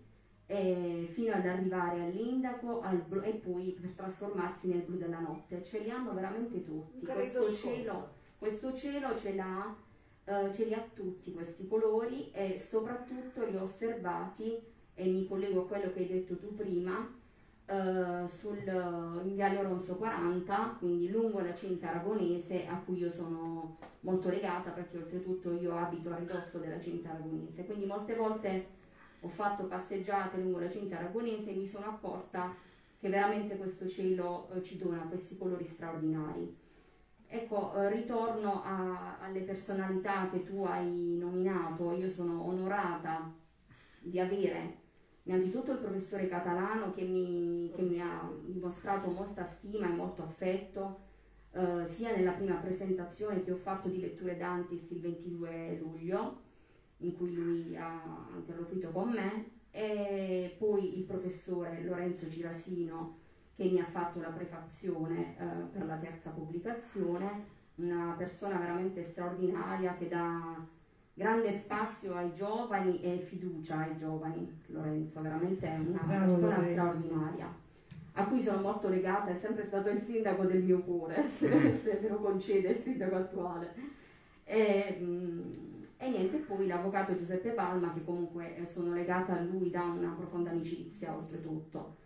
Speaker 6: e fino ad arrivare all'indaco al blu, e poi per trasformarsi nel blu della notte. Ce li hanno veramente tutti.
Speaker 1: Un
Speaker 6: Questo
Speaker 1: caleidoscopio.
Speaker 6: cielo, questo cielo ce l'ha, eh, ce li ha tutti questi colori, e soprattutto li ho osservati, e mi collego a quello che hai detto tu prima, eh, sul, in Viale Oronzo quaranta, quindi lungo la cinta aragonese, a cui io sono molto legata, perché oltretutto io abito a ridosso della cinta aragonese, quindi molte volte ho fatto passeggiate lungo la cinta aragonese e mi sono accorta che veramente questo cielo eh, ci dona questi colori straordinari. Ecco, eh, ritorno a- alle personalità che tu hai nominato. Io sono onorata di avere innanzitutto il professore Catalano, che mi, che mi ha dimostrato molta stima e molto affetto, eh, sia nella prima presentazione che ho fatto di Letture Dantis il ventidue luglio, in cui lui ha interloquito con me, e poi il professore Lorenzo Cirasino, che mi ha fatto la prefazione eh, per la terza pubblicazione, una persona veramente straordinaria che dà grande spazio ai giovani e fiducia ai giovani. Lorenzo, veramente una
Speaker 1: Bravo,
Speaker 6: persona
Speaker 1: Lorenzo.
Speaker 6: straordinaria, a cui sono molto legata, è sempre stato il sindaco del mio cuore, se, se me lo concede il sindaco attuale. E, mh, e niente, poi l'avvocato Giuseppe Palma, che comunque eh, sono legata a lui da una profonda amicizia oltretutto.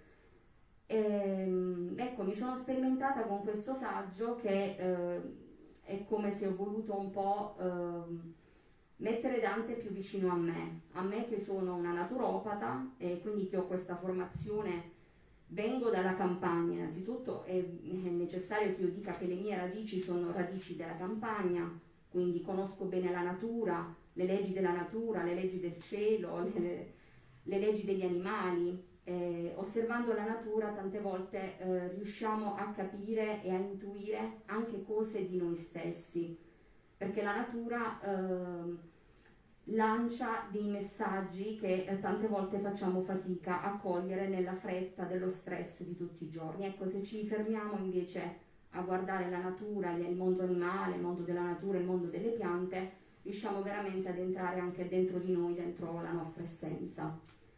Speaker 6: E, mh, ecco, mi sono sperimentata con questo saggio che eh, è come se ho voluto un po' eh, mettere Dante più vicino a me, a me che sono una naturopata e quindi che ho questa formazione. Vengo dalla campagna, innanzitutto è necessario che io dica che le mie radici sono radici della campagna, quindi conosco bene la natura, le leggi della natura, le leggi del cielo, le, le leggi degli animali. Eh, osservando la natura tante volte eh, riusciamo a capire e a intuire anche cose di noi stessi, perché la natura eh, lancia dei messaggi che eh, tante volte facciamo fatica a cogliere nella fretta dello stress di tutti i giorni. Ecco, se ci fermiamo invece a guardare la natura, il mondo animale, il mondo della natura, il mondo delle piante, riusciamo veramente ad entrare anche dentro di noi, dentro la nostra essenza.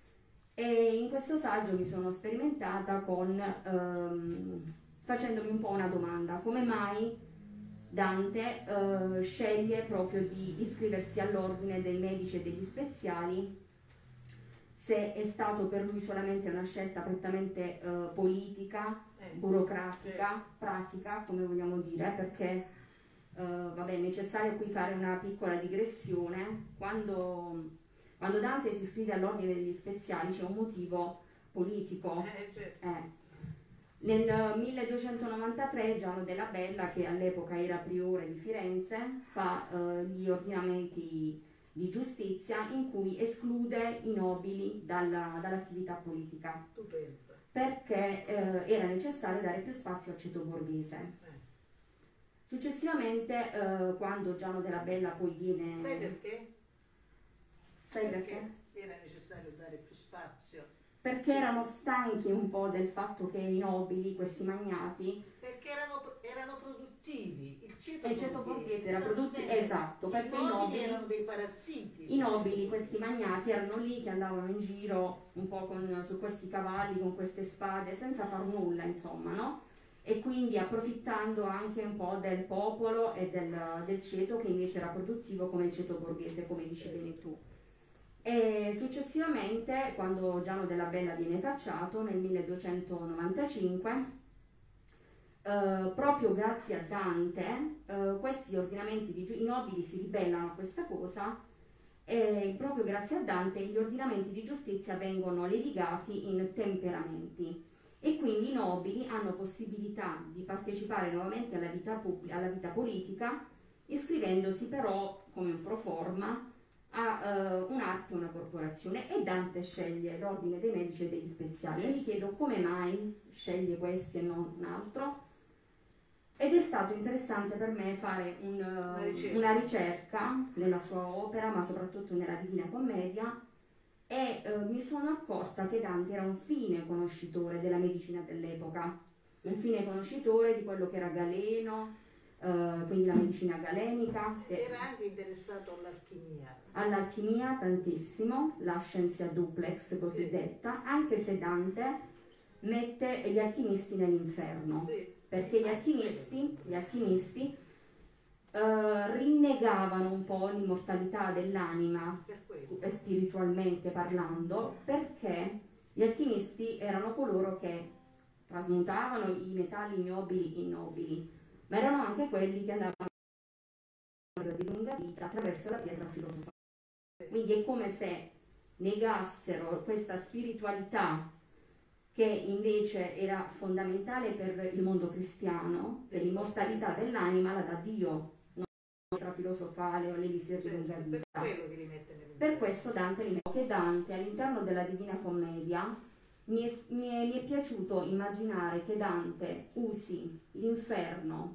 Speaker 6: E in questo saggio mi sono sperimentata con ehm, facendomi un po' una domanda: come mai Dante eh, sceglie proprio di iscriversi all'ordine dei medici e degli speziali, se è stato per lui solamente una scelta prettamente eh, politica, burocratica, pratica, come vogliamo dire, perché eh, vabbè, è necessario qui fare una piccola digressione. Quando, quando Dante si iscrive all'ordine degli speziali c'è un motivo politico. Eh, Nel milleduecentonovantatré Giano della Bella, che all'epoca era priore di Firenze, fa eh, gli ordinamenti di giustizia in cui esclude i nobili dalla, dall'attività politica.
Speaker 1: Tu pensa.
Speaker 6: Perché eh, era necessario dare più spazio al ceto borghese.
Speaker 1: Eh.
Speaker 6: Successivamente, eh, quando Giano della Bella poi viene...
Speaker 1: Sai perché?
Speaker 6: Sai perché?
Speaker 1: Era necessario dare più spazio.
Speaker 6: Perché erano stanchi un po' del fatto che i nobili, questi magnati,
Speaker 1: Perché erano, erano produttivi. Il ceto,
Speaker 6: e il ceto borghese era
Speaker 1: stava
Speaker 6: produttivo,
Speaker 1: sempre-
Speaker 6: esatto,
Speaker 1: I
Speaker 6: perché i
Speaker 1: nobili
Speaker 6: nobili,
Speaker 1: erano dei parassiti.
Speaker 6: i nobili, questi magnati, erano lì che andavano in giro un po' con, su questi cavalli, con queste spade, senza far nulla, insomma, no? E quindi approfittando anche un po' del popolo e del, del ceto, che invece era produttivo come il ceto borghese, come dici bene tu. E successivamente, quando Giano della Bella viene cacciato nel milleduecentonovantacinque, eh, proprio grazie a Dante, eh, questi ordinamenti di giu- i nobili si ribellano a questa cosa, e proprio grazie a Dante gli ordinamenti di giustizia vengono levigati in temperamenti, e quindi i nobili hanno possibilità di partecipare nuovamente alla vita, pub- alla vita politica, iscrivendosi però come un pro forma a uh, un'arte e una corporazione. E Dante sceglie l'ordine dei medici e degli speziali, e mi chiedo come mai sceglie questi e non un altro. Ed è stato interessante per me fare un, uh,
Speaker 1: Una ricerca.
Speaker 6: una ricerca nella sua opera, ma soprattutto nella Divina Commedia, e uh, mi sono accorta che Dante era un fine conoscitore della medicina dell'epoca, un fine conoscitore di quello che era Galeno, Uh, quindi la medicina galenica, che
Speaker 1: Era anche interessato all'alchimia.
Speaker 6: all'alchimia tantissimo, la scienza duplex cosiddetta, anche se Dante mette gli alchimisti nell'inferno,
Speaker 1: Sì.
Speaker 6: perché gli alchimisti, gli alchimisti uh, rinnegavano un po' l'immortalità dell'anima,
Speaker 1: Per quello.
Speaker 6: eh, spiritualmente parlando, perché gli alchimisti erano coloro che trasmutavano i metalli ignobili in nobili, ma erano anche quelli che andavano di lunga vita attraverso la pietra filosofale. Quindi è come se negassero questa spiritualità, che invece era fondamentale per il mondo cristiano, per l'immortalità dell'anima, la dà Dio, non la pietra filosofale o l'elisir di lunga
Speaker 1: Per
Speaker 6: vita.
Speaker 1: quello che li mette nell'inferno.
Speaker 6: Per questo Dante li mette. Dante all'interno della Divina Commedia mi è, mi è- mi è piaciuto immaginare che Dante usi l'inferno,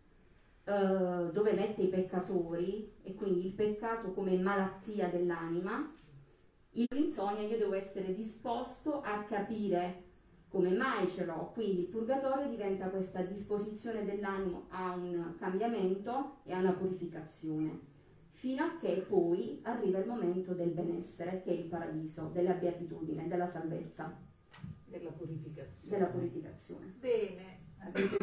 Speaker 6: eh, dove mette i peccatori, e quindi il peccato come malattia dell'anima. In insonnia io devo essere disposto a capire come mai ce l'ho? Quindi il purgatorio diventa questa disposizione dell'animo a un cambiamento e a una purificazione, fino a che poi arriva il momento del benessere, che è il paradiso, della beatitudine, della salvezza,
Speaker 1: della purificazione.
Speaker 6: della purificazione.
Speaker 1: Bene, avete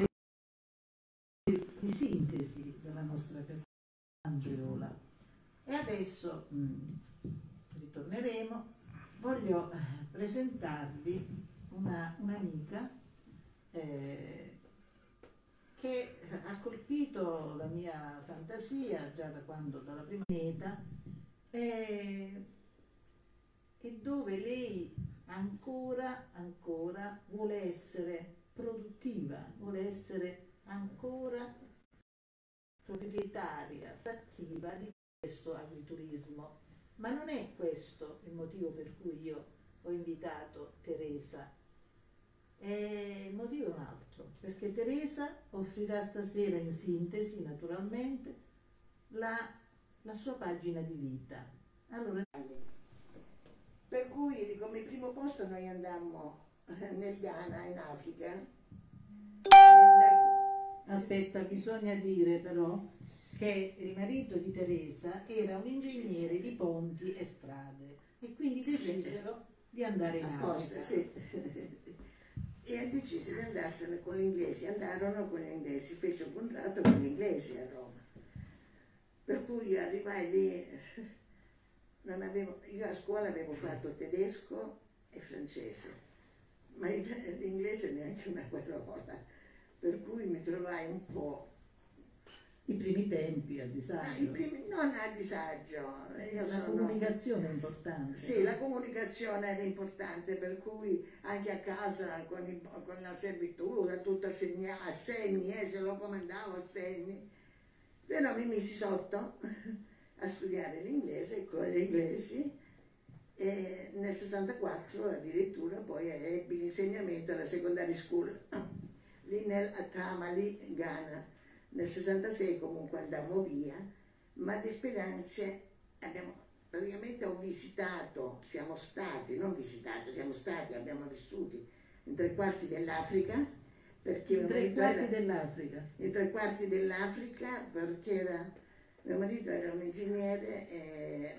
Speaker 1: di sintesi della nostra Andreola. E adesso mh, ritorneremo. Voglio presentarvi una, un'amica eh, che ha colpito la mia fantasia già da quando, dalla prima meta, eh, e dove lei ancora, ancora vuole essere produttiva, vuole essere ancora proprietaria, fattiva di questo agriturismo. Ma non è questo il motivo per cui io ho invitato Teresa. E il motivo è un altro, perché Teresa offrirà stasera in sintesi, naturalmente, la, la sua pagina di vita. Allora,
Speaker 7: per cui come primo posto noi andammo nel Ghana, in Africa.
Speaker 1: aspetta, bisogna dire però che il marito di Teresa era un ingegnere di ponti e strade e quindi decisero di andare in
Speaker 7: Apposta,
Speaker 1: Africa.
Speaker 7: sì. E decise di andarsene con gli inglesi, andarono con gli inglesi, fece un contratto con gli inglesi a Roma. Per cui io arrivai lì, non avevo, io a scuola avevo fatto tedesco e francese, ma l'inglese neanche una parola, per cui mi trovai un po'...
Speaker 1: I primi tempi a
Speaker 7: Ah,
Speaker 1: disagio.
Speaker 7: i primi, non a disagio. Io
Speaker 1: La
Speaker 7: sono...
Speaker 1: comunicazione è importante.
Speaker 7: Sì, la comunicazione era importante, per cui anche a casa con, il, con la servitura, tutto a, segna, a segni, eh, se lo comandavo a segni. Però mi misi sotto a studiare l'inglese con gli inglesi e nel sessantaquattro addirittura poi ebbi l'insegnamento alla secondary school, lì nel Tamale, Ghana. Nel sessantasei comunque andammo via, ma di speranze abbiamo, praticamente ho visitato, siamo stati, non visitato, siamo stati, abbiamo vissuti in tre quarti dell'Africa, perché
Speaker 1: In tre quarti
Speaker 7: era,
Speaker 1: dell'Africa.
Speaker 7: in tre quarti dell'Africa, perché era, mio marito era un ingegnere e,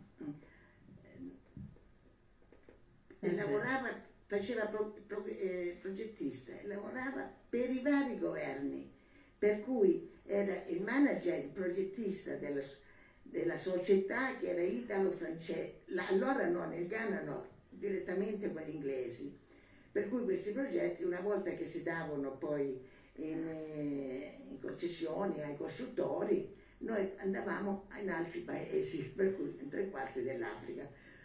Speaker 7: e lavorava, faceva pro, pro, eh, progettista, e lavorava per i vari governi. Per cui era il manager, il progettista della, della società che era italo-francese, allora no, nel Ghana no, direttamente con gli inglesi. Per cui questi progetti, una volta che si davano poi in, in concessioni ai costruttori, noi andavamo in altri paesi, per cui in tre quarti dell'Africa.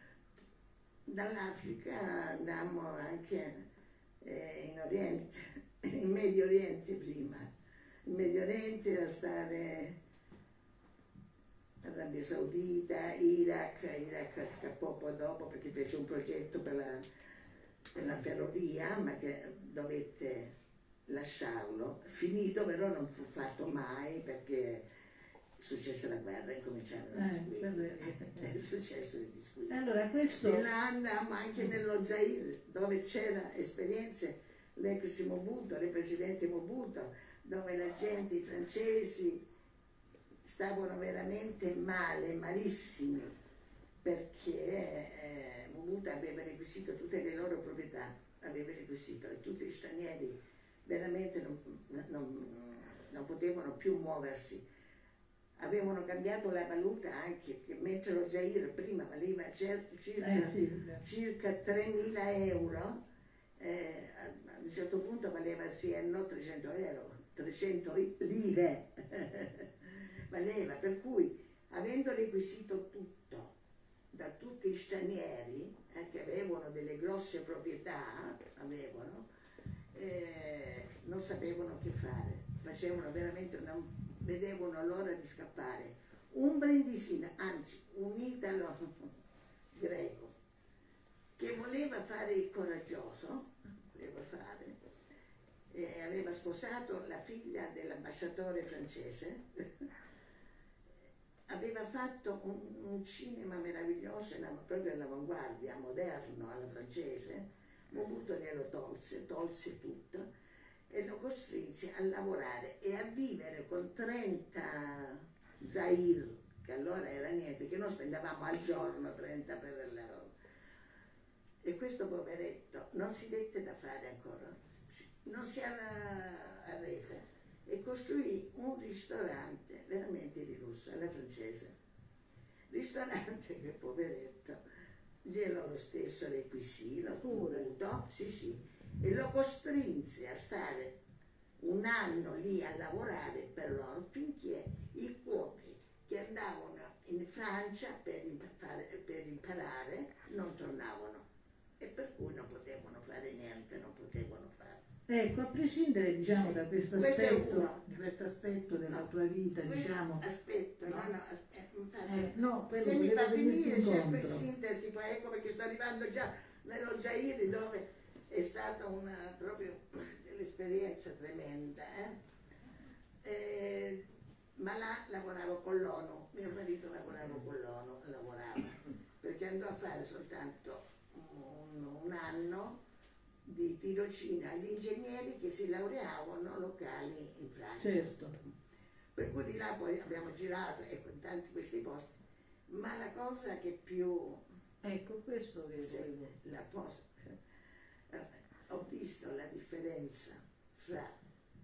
Speaker 7: Dall'Africa andammo anche eh, in Oriente, in Medio Oriente prima. In Medio Oriente a stare Arabia Saudita, Iraq, Iraq scappò poi dopo perché fece un progetto per la, per la ferrovia, ma che dovette lasciarlo, finito però non fu fatto mai perché successe la guerra, incominciarono a discutere, è successo di discutere.
Speaker 1: Allora questo...
Speaker 7: E là andammo anche nello Zaire, dove c'era esperienze, l'ex Mobuto, il presidente Mobuto, dove la gente, i francesi, stavano veramente male, malissimi, perché eh, Mobutu aveva requisito tutte le loro proprietà, aveva requisito, e tutti gli stranieri veramente non, non, non potevano più muoversi. Avevano cambiato la valuta anche, che mentre lo Zaire prima valeva circa,
Speaker 1: Eh, sì.
Speaker 7: circa tremila euro, eh, a un certo punto valeva sì, no, trecento euro. trecento lire valeva, per cui avendo requisito tutto da tutti gli stranieri eh, che avevano delle grosse proprietà, avevano, eh, non sapevano che fare, facevano veramente, non vedevano l'ora di scappare. Un brindisino, anzi un italo greco che voleva fare il coraggioso, voleva fare, e aveva sposato la figlia dell'ambasciatore francese, aveva fatto un, un cinema meraviglioso, proprio all'avanguardia, moderno, alla francese, Mobutu glielo tolse, tolse tutto e lo costrinse a lavorare e a vivere con trenta zair, che allora era niente, che noi spendevamo al giorno trenta per la roba. E questo poveretto non si dette da fare ancora, non si era arresa e costruì un ristorante veramente di lusso alla francese. Ristorante che poveretto glielo lo stesso requisì, lo dovuto, sì sì, e lo costrinse a stare un anno lì a lavorare per loro finché i cuochi che andavano in Francia per imparare, per imparare non tornavano e per cui non potevano fare niente, non potevano fare.
Speaker 1: Ecco, a prescindere diciamo
Speaker 7: Sì,
Speaker 1: da questo
Speaker 7: questo è
Speaker 1: aspetto,
Speaker 7: uno.
Speaker 1: di questo aspetto della
Speaker 7: No,
Speaker 1: tua vita,
Speaker 7: questo
Speaker 1: diciamo.
Speaker 7: aspetto, no,
Speaker 1: no.
Speaker 7: no, aspetta, infatti,
Speaker 1: Eh, no, quello
Speaker 7: se mi
Speaker 1: volevo
Speaker 7: fa
Speaker 1: venirti
Speaker 7: finire cerco in
Speaker 1: incontro.
Speaker 7: sintesi, poi ecco perché sto arrivando già nello Zaire dove è stata una proprio dell'esperienza tremenda, eh? Eh, ma là lavoravo con l'ONU, mio marito lavorava con l'ONU, lavorava, perché andò a fare soltanto un, un anno di tirocinio agli ingegneri che si laureavano locali in Francia.
Speaker 1: Certo.
Speaker 7: Per cui di là poi abbiamo girato ecco, in tanti questi posti, ma la cosa che più...
Speaker 1: Ecco, questo che
Speaker 7: sì,
Speaker 1: volevo.
Speaker 7: la posta, eh, ho visto la differenza fra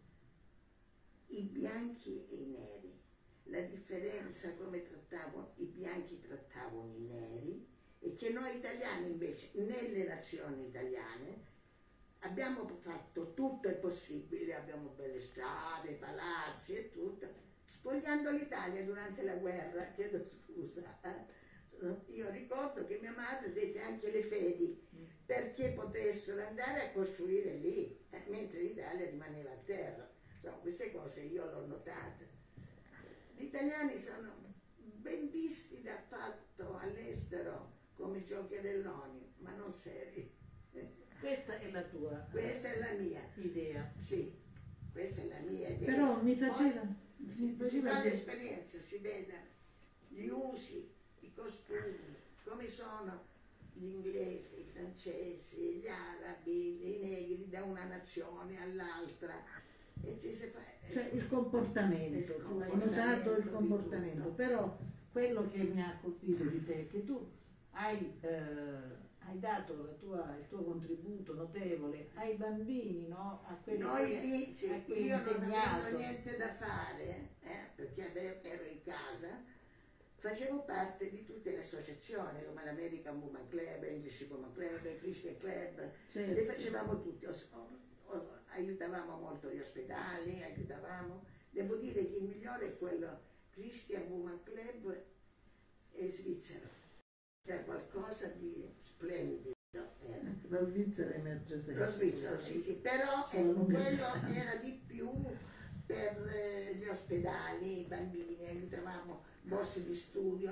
Speaker 7: i bianchi e i neri, la differenza come trattavano i bianchi trattavano i neri e che noi italiani invece nelle nazioni italiane abbiamo fatto tutto il possibile, abbiamo belle strade, palazzi e tutto, spogliando l'Italia durante la guerra, chiedo scusa, eh. Io ricordo che mia madre dette anche le fedi perché potessero andare a costruire lì, eh, mentre l'Italia rimaneva a terra. Insomma, queste cose io l'ho notate. Gli italiani sono ben visti dal fatto all'estero come giocherelloni, ma non seri.
Speaker 1: Questa è la tua
Speaker 7: Questa è la mia
Speaker 1: idea.
Speaker 7: Sì, questa è la mia idea.
Speaker 1: Però mi faceva,
Speaker 7: Poi,
Speaker 1: mi
Speaker 7: si, si
Speaker 1: faceva
Speaker 7: fa
Speaker 1: dire-
Speaker 7: l'esperienza, si vede gli usi, i costumi, come sono gli inglesi, i francesi, gli arabi, i negri da una nazione all'altra. E ci si fa,
Speaker 1: cioè il comportamento,
Speaker 7: Il
Speaker 1: tu hai
Speaker 7: comportamento
Speaker 1: notato il
Speaker 7: di
Speaker 1: comportamento,
Speaker 7: tutto.
Speaker 1: però quello che mi ha colpito di te è che tu hai, eh, hai dato la tua- il tuo contributo notevole ai bambini, no? A quelli
Speaker 7: Noi
Speaker 1: che-
Speaker 7: lì, sì,
Speaker 1: a cui hai
Speaker 7: io non
Speaker 1: insegnato.
Speaker 7: avendo niente da fare, eh, perché ave- ero in casa, facevo parte di tutte le associazioni, come l'American Woman Club, English Woman Club, Christian Club,
Speaker 1: Certo.
Speaker 7: le facevamo tutti, o- o- aiutavamo molto gli ospedali, aiutavamo. Devo dire che il migliore è quello Christian Woman Club e svizzero, che è qualcosa di splendido. Era.
Speaker 1: La Svizzera emerge sempre.
Speaker 7: Lo svizzero, sì, sì, però
Speaker 1: Sono
Speaker 7: ecco,
Speaker 1: lunghezza.
Speaker 7: quello era di più per eh, gli ospedali, i bambini, aiutavamo borse di studio,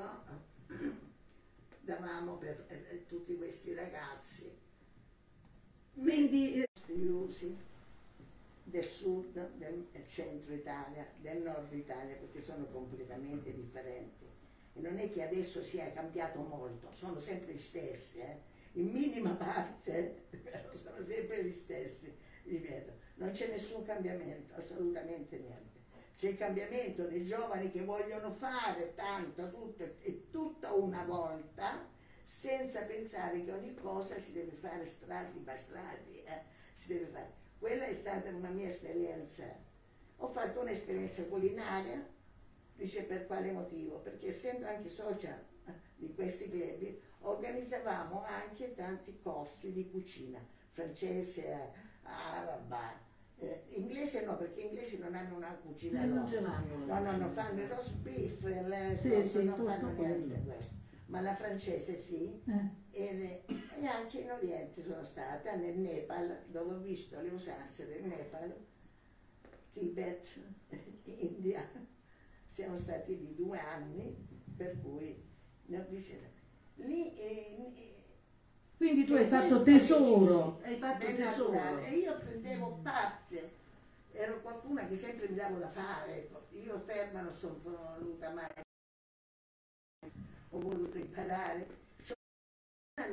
Speaker 7: davamo per eh, tutti questi ragazzi.
Speaker 1: Quindi eh,
Speaker 7: Questi usi del sud, del centro Italia, del nord Italia, perché sono completamente differenti. E non è che adesso sia cambiato molto, sono sempre gli stessi, eh. In minima parte, però sono sempre gli stessi, ripeto, non c'è nessun cambiamento, assolutamente niente. C'è il cambiamento dei giovani che vogliono fare tanto, tutto e tutta una volta, senza pensare che ogni cosa si deve fare strati per strati, eh? Si deve fare. Quella è stata una mia esperienza. Ho fatto un'esperienza culinaria, dice per quale motivo? Perché essendo anche socia di questi club, organizzavamo anche tanti corsi di cucina, francese, araba, eh, inglese no, perché gli inglesi non hanno una cucina
Speaker 1: Eh, non
Speaker 7: loro.
Speaker 1: ce l'hanno.
Speaker 7: No, no, no, fanno il roast beef, le
Speaker 1: Sì,
Speaker 7: cose,
Speaker 1: sì,
Speaker 7: non
Speaker 1: tutto
Speaker 7: fanno niente
Speaker 1: quello.
Speaker 7: questo. Ma la francese sì,
Speaker 1: eh,
Speaker 7: e, e anche in Oriente sono stata, nel Nepal, dove ho visto le usanze del Nepal, Tibet, India. Siamo stati lì due anni, per cui ne ho viste. Lì eh, eh,
Speaker 1: quindi tu
Speaker 7: e
Speaker 1: hai fatto
Speaker 7: questo
Speaker 1: tesoro,
Speaker 7: è
Speaker 1: hai fatto
Speaker 7: ben
Speaker 1: tesoro.
Speaker 7: naturale. E io prendevo parte, ero qualcuna che sempre mi davo da fare, ecco. Io ferma non sono voluta mai, ho voluto imparare. Sono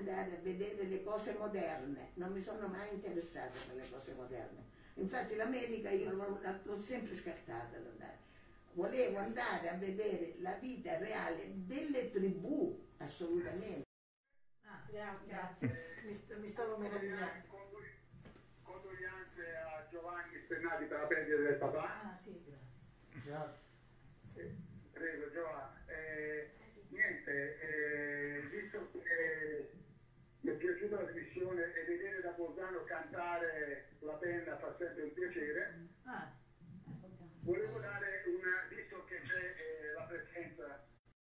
Speaker 7: andare a vedere le cose moderne, non mi sono mai interessata per le cose moderne. Infatti l'America io l'ho, l'ho sempre scartata ad andare. Volevo andare a vedere la vita reale delle tribù, assolutamente.
Speaker 1: Ah, grazie. grazie. Mi, st- mi stavo meravigliando.
Speaker 8: Condoglianze a Giovanni Spennati per la perdita del papà.
Speaker 1: Ah, sì, grazie.
Speaker 5: Grazie.
Speaker 8: Eh, prego Giovanni. Eh, niente, eh, visto che mi è piaciuta la trasmissione e vedere da Bolzano cantare la penna fa sempre un piacere,
Speaker 1: Ah,
Speaker 8: volevo dare una, visto che c'è eh, la presenza,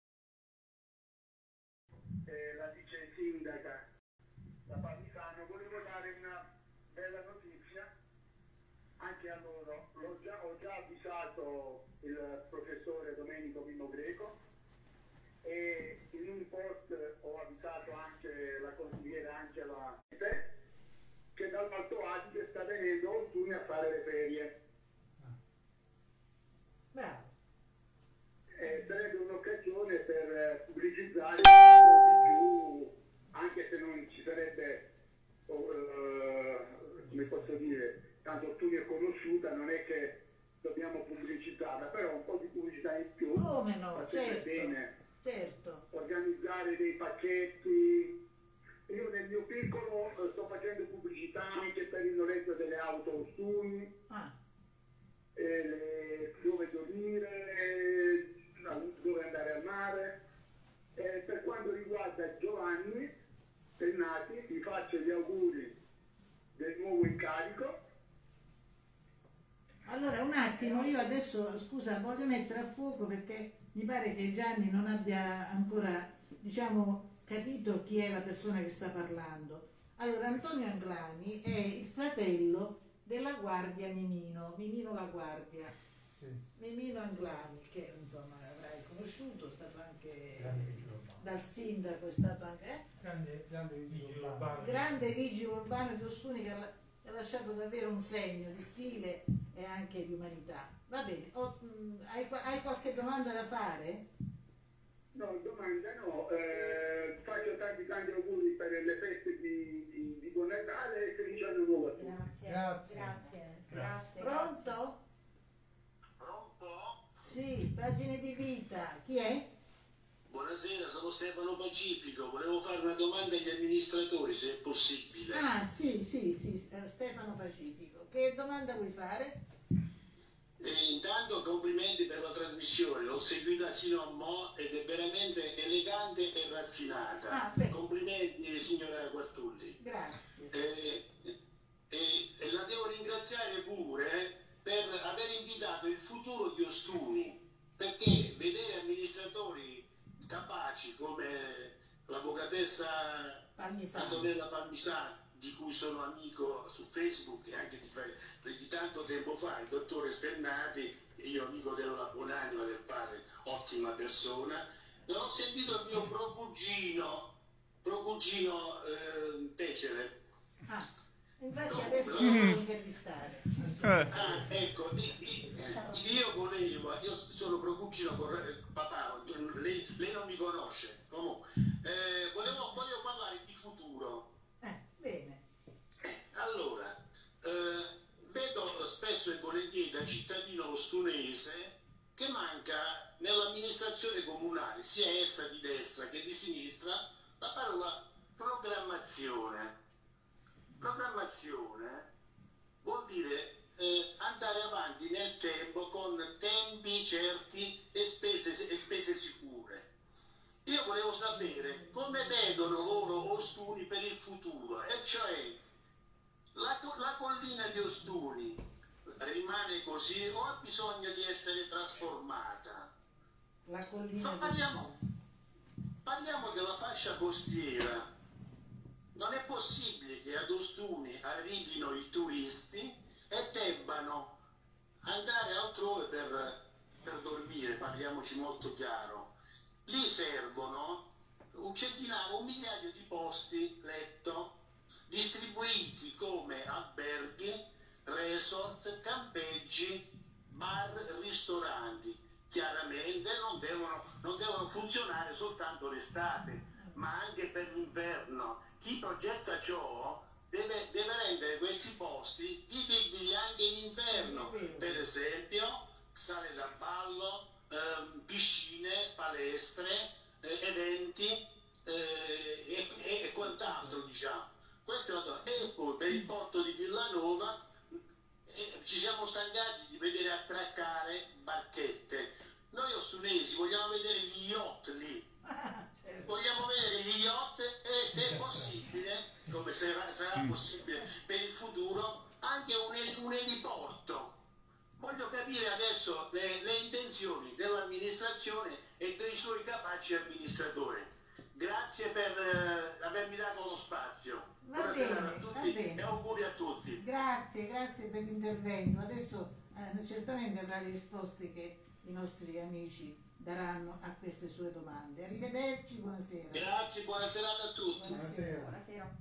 Speaker 8: eh, la vice sindaca da Parmisano, volevo dare una bella notizia anche a loro. L'ho già, ho già avvisato il professore Domenico Mimmo Greco e in un post ho avvisato anche la consigliera Angela che dall'Alto Adige sta venendo a Ostuni a fare le ferie.
Speaker 1: bravo.
Speaker 8: Eh, sarebbe un'occasione per pubblicizzare un po' di più, anche se non ci sarebbe, oh, eh, come posso dire, tanto Ostuni è conosciuta, non è che dobbiamo pubblicizzarla, però un po' di pubblicità in più
Speaker 1: Come no,
Speaker 8: fa sempre
Speaker 1: certo,
Speaker 8: bene.
Speaker 1: certo.
Speaker 8: Organizzare dei pacchetti. Io nel mio piccolo eh, sto facendo pubblicità anche per il noleggio delle auto Ostuni,
Speaker 1: Ah,
Speaker 8: eh, le- dove dormire, eh, dove andare al mare. Eh, per quanto riguarda Giovanni Pennati, vi faccio gli auguri del nuovo incarico.
Speaker 1: allora un attimo, io adesso, scusa, voglio mettere a fuoco perché mi pare che Gianni non abbia ancora, diciamo, capito chi è la persona che sta parlando. Allora, Antonio Anglani è il fratello della guardia Mimino, Mimino la guardia.
Speaker 5: Sì.
Speaker 1: Mimino Anglani, che insomma avrai conosciuto, è stato anche
Speaker 9: Grande vigile urbano.
Speaker 1: dal sindaco, è stato anche eh?
Speaker 9: Grande, grande vigile urbano.
Speaker 1: grande vigile urbano di Ostuni che ha, la- ha lasciato davvero un segno di stile e anche di umanità. Va bene, oh, mh, hai, qua- hai qualche domanda da fare?
Speaker 8: No, domanda no, eh, faccio tanti tanti auguri per le feste di, di, di Buon Natale e felice anno nuovo a tutti.
Speaker 6: Grazie.
Speaker 5: Grazie.
Speaker 6: Grazie.
Speaker 9: Grazie.
Speaker 1: Pronto?
Speaker 8: Pronto?
Speaker 1: Sì, pagine di vita. Chi è?
Speaker 10: Buonasera, sono Stefano Pacifico, volevo fare una domanda agli amministratori se è possibile.
Speaker 1: Ah, sì, sì, sì, eh, Stefano Pacifico. Che domanda vuoi fare?
Speaker 10: E intanto complimenti per la trasmissione, l'ho seguita sino a mo' ed è veramente elegante e raffinata.
Speaker 1: Ah, beh.
Speaker 10: Complimenti signora Quartulli.
Speaker 1: Grazie.
Speaker 10: E, e- e la devo ringraziare pure eh, per aver invitato il futuro di Ostuni, perché vedere amministratori capaci come l'avvocatessa
Speaker 1: Palmisano.
Speaker 10: Antonella Palmisano, di cui sono amico su Facebook e anche di, di tanto tempo fa, il dottore Spennati, io amico della buonanima del padre, ottima persona. Non ho sentito il mio procugino, procugino eh, Pecere.
Speaker 1: Ah, infatti adesso lo devo intervistare.
Speaker 10: Ah, ecco, i- i- io volevo, io sono procugino con eh, papà, lei, lei non mi conosce, comunque, eh, volevo, voglio parlare di futuro.
Speaker 1: Eh, bene.
Speaker 10: Allora, eh, vedo spesso e volentieri da cittadino ostunese che manca nell'amministrazione comunale, sia essa di destra che di sinistra, la parola programmazione. Programmazione vuol dire eh, andare avanti nel tempo con tempi certi e spese, e spese sicure. Io volevo sapere come vedono loro Ostuni per il futuro, e cioè la, la collina di Ostuni rimane così o ha bisogno di essere trasformata?
Speaker 1: La collina
Speaker 10: Ma
Speaker 1: di
Speaker 10: parliamo, parliamo della fascia costiera. Non è possibile che ad Ostuni arrivino i turisti e debbano andare altrove per, per dormire, parliamoci molto chiaro. Lì servono un centinaio, un migliaio di posti letto distribuiti come alberghi, resort, campeggi, bar, ristoranti. Chiaramente non devono, non devono funzionare soltanto l'estate, ma anche per l'inverno. Chi progetta ciò deve, deve rendere questi posti vivibili anche in inverno, per esempio sale da ballo, ehm, piscine, palestre, eh, eventi eh, e, e, e quant'altro, diciamo. Questo, e poi per il porto di Villanova eh, ci siamo stancati di vedere attraccare barchette. Noi ostunesi vogliamo vedere gli yacht lì, vogliamo vedere gli yacht e se è possibile, come sarà, sarà possibile per il futuro, anche un, un eliporto. Voglio capire adesso le, le intenzioni dell'amministrazione e dei suoi capaci amministratori. Grazie per eh, avermi dato lo spazio.
Speaker 1: Va
Speaker 10: Buonasera
Speaker 1: bene,
Speaker 10: a
Speaker 1: va
Speaker 10: tutti
Speaker 1: bene.
Speaker 10: e auguri a tutti.
Speaker 1: Grazie, grazie per l'intervento. Adesso eh, certamente avrà le risposte che i nostri amici daranno a queste sue domande. Arrivederci, buonasera.
Speaker 10: Grazie, buona serata a tutti.
Speaker 1: Buonasera.
Speaker 6: Buonasera.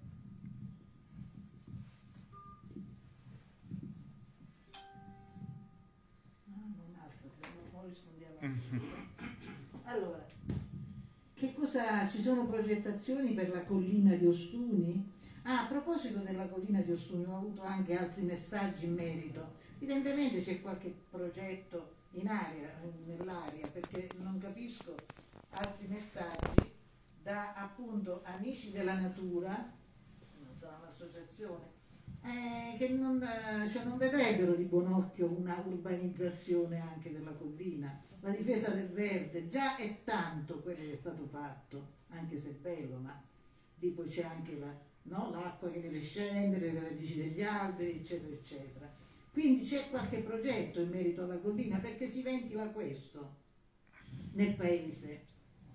Speaker 1: Un altro, non rispondiamo a questo. Allora, che cosa ci sono progettazioni per la collina di Ostuni? Ah, a proposito della collina di Ostuni, ho avuto anche altri messaggi in merito. Evidentemente c'è qualche progetto in aria, nell'aria, perché non capisco altri messaggi da appunto Amici della Natura, non so, un'associazione, eh, che non, eh, cioè non vedrebbero di buon occhio una urbanizzazione anche della collina. La difesa del verde già è tanto quello che è stato fatto, anche se è bello, ma lì poi c'è anche la, no, l'acqua che deve scendere, le radici degli alberi, eccetera, eccetera. Quindi c'è qualche progetto in merito alla collina, perché si ventila questo nel paese.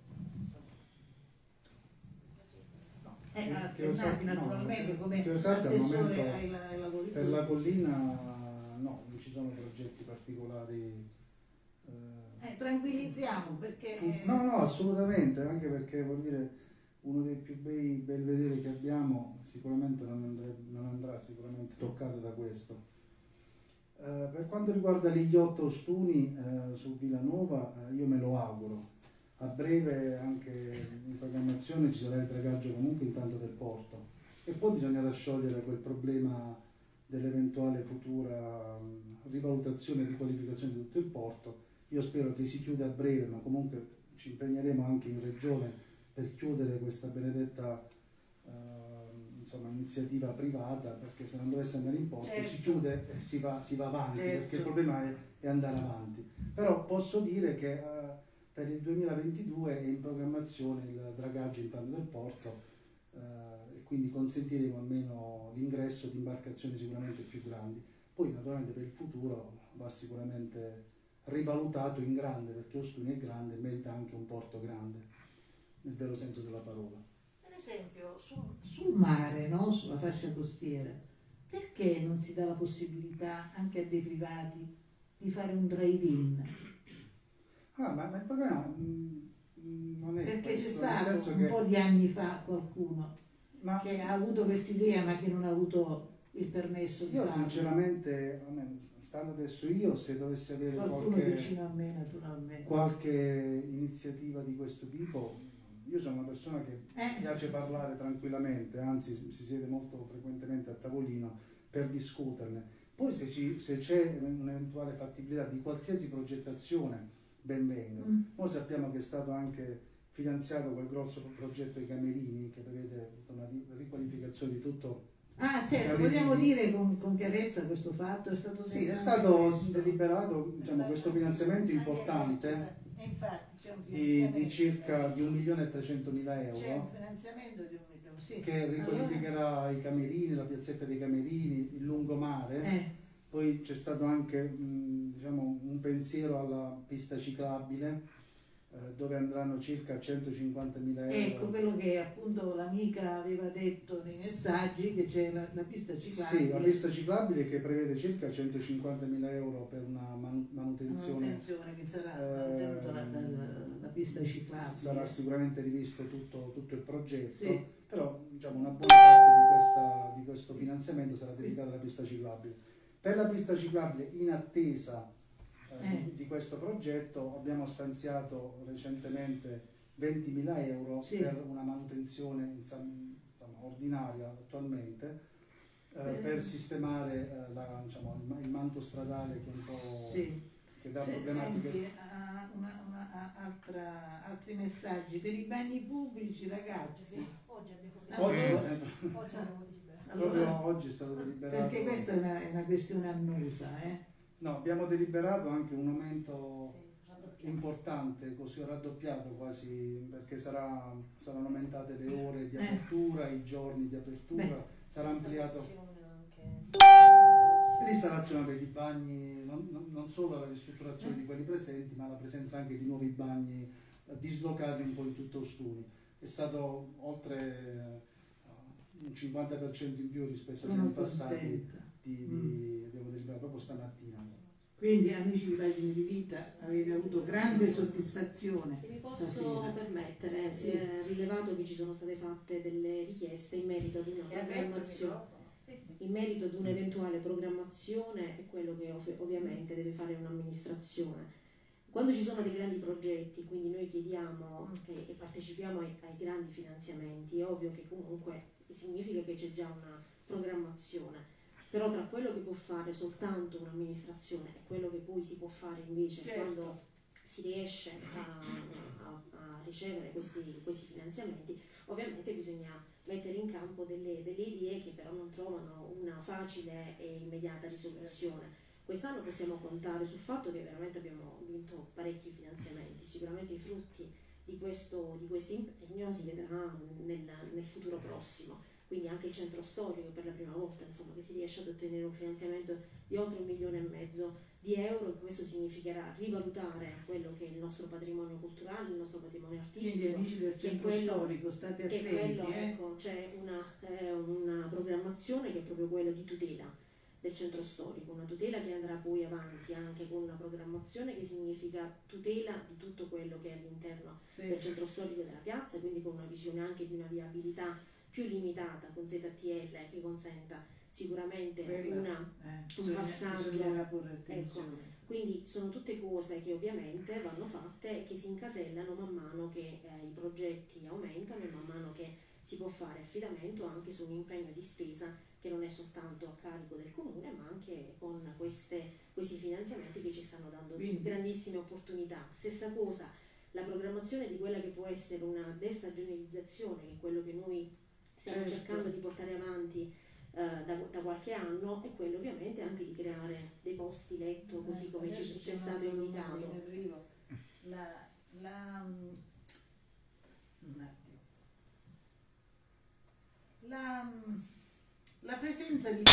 Speaker 1: Eh, aspettati naturalmente
Speaker 5: no,
Speaker 1: come
Speaker 5: che io sappia, al
Speaker 1: assessore
Speaker 5: momento
Speaker 1: ai, ai lavori
Speaker 5: per la
Speaker 1: pubblici.
Speaker 5: collina no, non ci sono progetti particolari. eh,
Speaker 1: Eh, tranquillizziamo perché
Speaker 5: fu- no, no, assolutamente, anche perché vuol dire uno dei più bei belvedere che abbiamo sicuramente non, andrebbe, non andrà sicuramente toccato da questo. Eh, per quanto riguarda gli yacht Ostuni eh, su Villanova, eh, io me lo auguro. A breve anche in programmazione ci sarà il dragaggio comunque intanto del porto e poi bisognerà sciogliere quel problema dell'eventuale futura mh, rivalutazione e riqualificazione di tutto il porto. Io spero che si chiuda a breve, ma comunque ci impegneremo anche in regione per chiudere questa benedetta eh, insomma, iniziativa privata, perché se non dovesse andare in porto
Speaker 1: Certo.
Speaker 5: si chiude e si va, si va avanti,
Speaker 1: Certo.
Speaker 5: perché il problema è, è andare avanti. Però posso dire che eh, per il duemilaventidue è in programmazione il dragaggio intanto del porto eh, e quindi consentiremo almeno l'ingresso di imbarcazioni sicuramente più grandi. Poi naturalmente per il futuro va sicuramente rivalutato in grande, perché Ostuni è grande e merita anche un porto grande, nel vero senso della parola.
Speaker 1: per esempio sul, sul mare, no? Sulla fascia costiera, perché non si dà la possibilità anche a dei privati di fare un drive-in?
Speaker 5: Ah, ma, ma il problema mh, non è
Speaker 1: Perché c'è
Speaker 5: questo, nel
Speaker 1: stato
Speaker 5: senso
Speaker 1: un
Speaker 5: che
Speaker 1: po' di anni fa qualcuno
Speaker 5: ma
Speaker 1: che ha avuto quest'idea ma che non ha avuto il permesso di
Speaker 5: io
Speaker 1: farlo.
Speaker 5: sinceramente, a me, stando adesso io, se dovessi avere
Speaker 1: Qualcuno
Speaker 5: qualche,
Speaker 1: vicino a me naturalmente.
Speaker 5: qualche iniziativa di questo tipo, io sono una persona che
Speaker 1: Eh.
Speaker 5: piace parlare tranquillamente, anzi si siede molto frequentemente a tavolino per discuterne. Poi se, ci, se c'è un'eventuale fattibilità di qualsiasi progettazione, ben venga.
Speaker 1: Mm.
Speaker 5: Noi sappiamo che è stato anche finanziato quel grosso progetto dei Camerini che prevede una ri- riqualificazione di tutto.
Speaker 1: Ah certo,
Speaker 5: Camerini.
Speaker 1: vogliamo dire con, con chiarezza questo fatto? È stato,
Speaker 5: Sì, è
Speaker 1: detto
Speaker 5: stato
Speaker 1: anche questo.
Speaker 5: deliberato diciamo, questo finanziamento importante
Speaker 1: E infatti c'è un
Speaker 5: di,
Speaker 1: finanziamento.
Speaker 5: di circa di un milione e trecentomila
Speaker 1: C'è un
Speaker 5: euro
Speaker 1: finanziamento di un milione, sì.
Speaker 5: che riqualificherà i Camerini, la piazzetta dei Camerini, il lungomare.
Speaker 1: Eh,
Speaker 5: Poi c'è stato anche mh, diciamo, un pensiero alla pista ciclabile eh, dove andranno circa centocinquantamila euro.
Speaker 1: ecco quello che appunto l'amica aveva detto nei messaggi, che c'è la, la pista ciclabile.
Speaker 5: Sì, la pista ciclabile che prevede circa centocinquantamila euro per una manu- manutenzione.
Speaker 1: Manutenzione che sarà
Speaker 5: eh,
Speaker 1: tenuta la, la, la pista ciclabile.
Speaker 5: Sarà sicuramente rivisto tutto, tutto il progetto,
Speaker 1: Sì.
Speaker 5: però diciamo, una buona parte di, questa, di questo finanziamento sarà dedicata alla pista ciclabile. Per la pista ciclabile, in attesa eh,
Speaker 1: Eh.
Speaker 5: di, di questo progetto, abbiamo stanziato recentemente ventimila euro
Speaker 1: Sì.
Speaker 5: per una manutenzione insomma, ordinaria attualmente, eh, per sistemare eh, la, diciamo, il, il manto stradale che è un po'
Speaker 1: Sì.
Speaker 5: che dà
Speaker 1: Se-
Speaker 5: problematiche.
Speaker 1: senti, ah, una- una- ah, altra- altri messaggi per i bagni pubblici, ragazzi.
Speaker 11: Oggi abbiamo
Speaker 5: Oggi,
Speaker 1: Allora-
Speaker 5: eh,
Speaker 11: Oggi abbiamo deliberato.
Speaker 5: proprio oggi è stato deliberato.
Speaker 1: Perché questa è una, è una questione annosa, eh?
Speaker 5: No, abbiamo deliberato anche un aumento
Speaker 11: Sì, raddoppiato.
Speaker 5: importante, così raddoppiato quasi, perché sarà, saranno aumentate le ore di
Speaker 1: Eh.
Speaker 5: apertura, i giorni di apertura,
Speaker 1: Beh.
Speaker 5: sarà ampliato
Speaker 11: Installazione anche. Installazione.
Speaker 5: l'installazione dei bagni, non, non- non solo la ristrutturazione di quelli presenti, ma la presenza anche di nuovi bagni eh, dislocati un po' in tutto Ostuni. È stato oltre eh, un cinquanta per cento in più rispetto agli
Speaker 1: Sono
Speaker 5: anni passati,
Speaker 1: contenta.
Speaker 5: di, di, abbiamo deliberato proprio stamattina.
Speaker 1: Quindi, amici di Pagine di Vita, avete avuto grande soddisfazione
Speaker 4: Se mi posso
Speaker 1: stasera.
Speaker 4: permettere,
Speaker 1: Sì.
Speaker 4: si è rilevato che ci sono state fatte delle richieste in merito ad una
Speaker 11: È aperto il
Speaker 4: programmazione.
Speaker 11: microfono? Sì, sì.
Speaker 4: In merito ad un'eventuale programmazione è quello che ov- ovviamente deve fare un'amministrazione. Quando ci sono dei grandi progetti, quindi noi chiediamo e, e partecipiamo ai, ai grandi finanziamenti, è ovvio che comunque significa che c'è già una programmazione. Però tra quello che può fare soltanto un'amministrazione e quello che poi si può fare invece
Speaker 1: Certo.
Speaker 4: quando si riesce a, a- a ricevere questi, questi finanziamenti, ovviamente bisogna mettere in campo delle, delle idee che però non trovano una facile e immediata risoluzione. Quest'anno possiamo contare sul fatto che veramente abbiamo vinto parecchi finanziamenti, sicuramente i frutti di questo di questo impegno si vedrà nel, nel futuro prossimo. Quindi anche il centro storico per la prima volta insomma, che si riesce ad ottenere un finanziamento di oltre un milione e mezzo di euro, e questo significherà rivalutare quello che è il nostro patrimonio culturale, il nostro patrimonio
Speaker 1: Quindi,
Speaker 4: artistico.
Speaker 1: amici del centro
Speaker 4: quello-
Speaker 1: storico, state
Speaker 4: Che
Speaker 1: attenti,
Speaker 4: quello,
Speaker 1: eh?
Speaker 4: ecco, c'è una, eh, una programmazione che è proprio quella di tutela del centro storico, una tutela che andrà poi avanti anche con una programmazione che significa tutela di tutto quello che è all'interno
Speaker 1: Sì.
Speaker 4: del centro storico della piazza, quindi con una visione anche di una viabilità più limitata con Z T L che consenta sicuramente
Speaker 1: Quella-
Speaker 4: una
Speaker 1: eh,
Speaker 4: un
Speaker 1: bisogna-
Speaker 4: passaggio.
Speaker 1: bisognerà porre
Speaker 4: Ecco,
Speaker 1: attenzione.
Speaker 4: quindi sono tutte cose che ovviamente vanno fatte e che si incasellano man mano che eh, i progetti aumentano e man mano che si può fare affidamento anche su un impegno di spesa che non è soltanto a carico del comune ma anche con queste, questi finanziamenti che ci stanno dando
Speaker 1: Quindi-
Speaker 4: grandissime opportunità. Stessa cosa, la programmazione di quella che può essere una destagionalizzazione, che è quello che noi stiamo
Speaker 1: Certo.
Speaker 4: cercando di portare avanti eh, da, da qualche anno, e quello ovviamente anche di creare dei posti letto così come ci,
Speaker 1: Adesso
Speaker 4: ci è
Speaker 1: c'è un
Speaker 4: stato
Speaker 1: altro
Speaker 4: indicato.
Speaker 1: rumore in arrivo. La, la, mm, un attimo. La, mm, la presenza di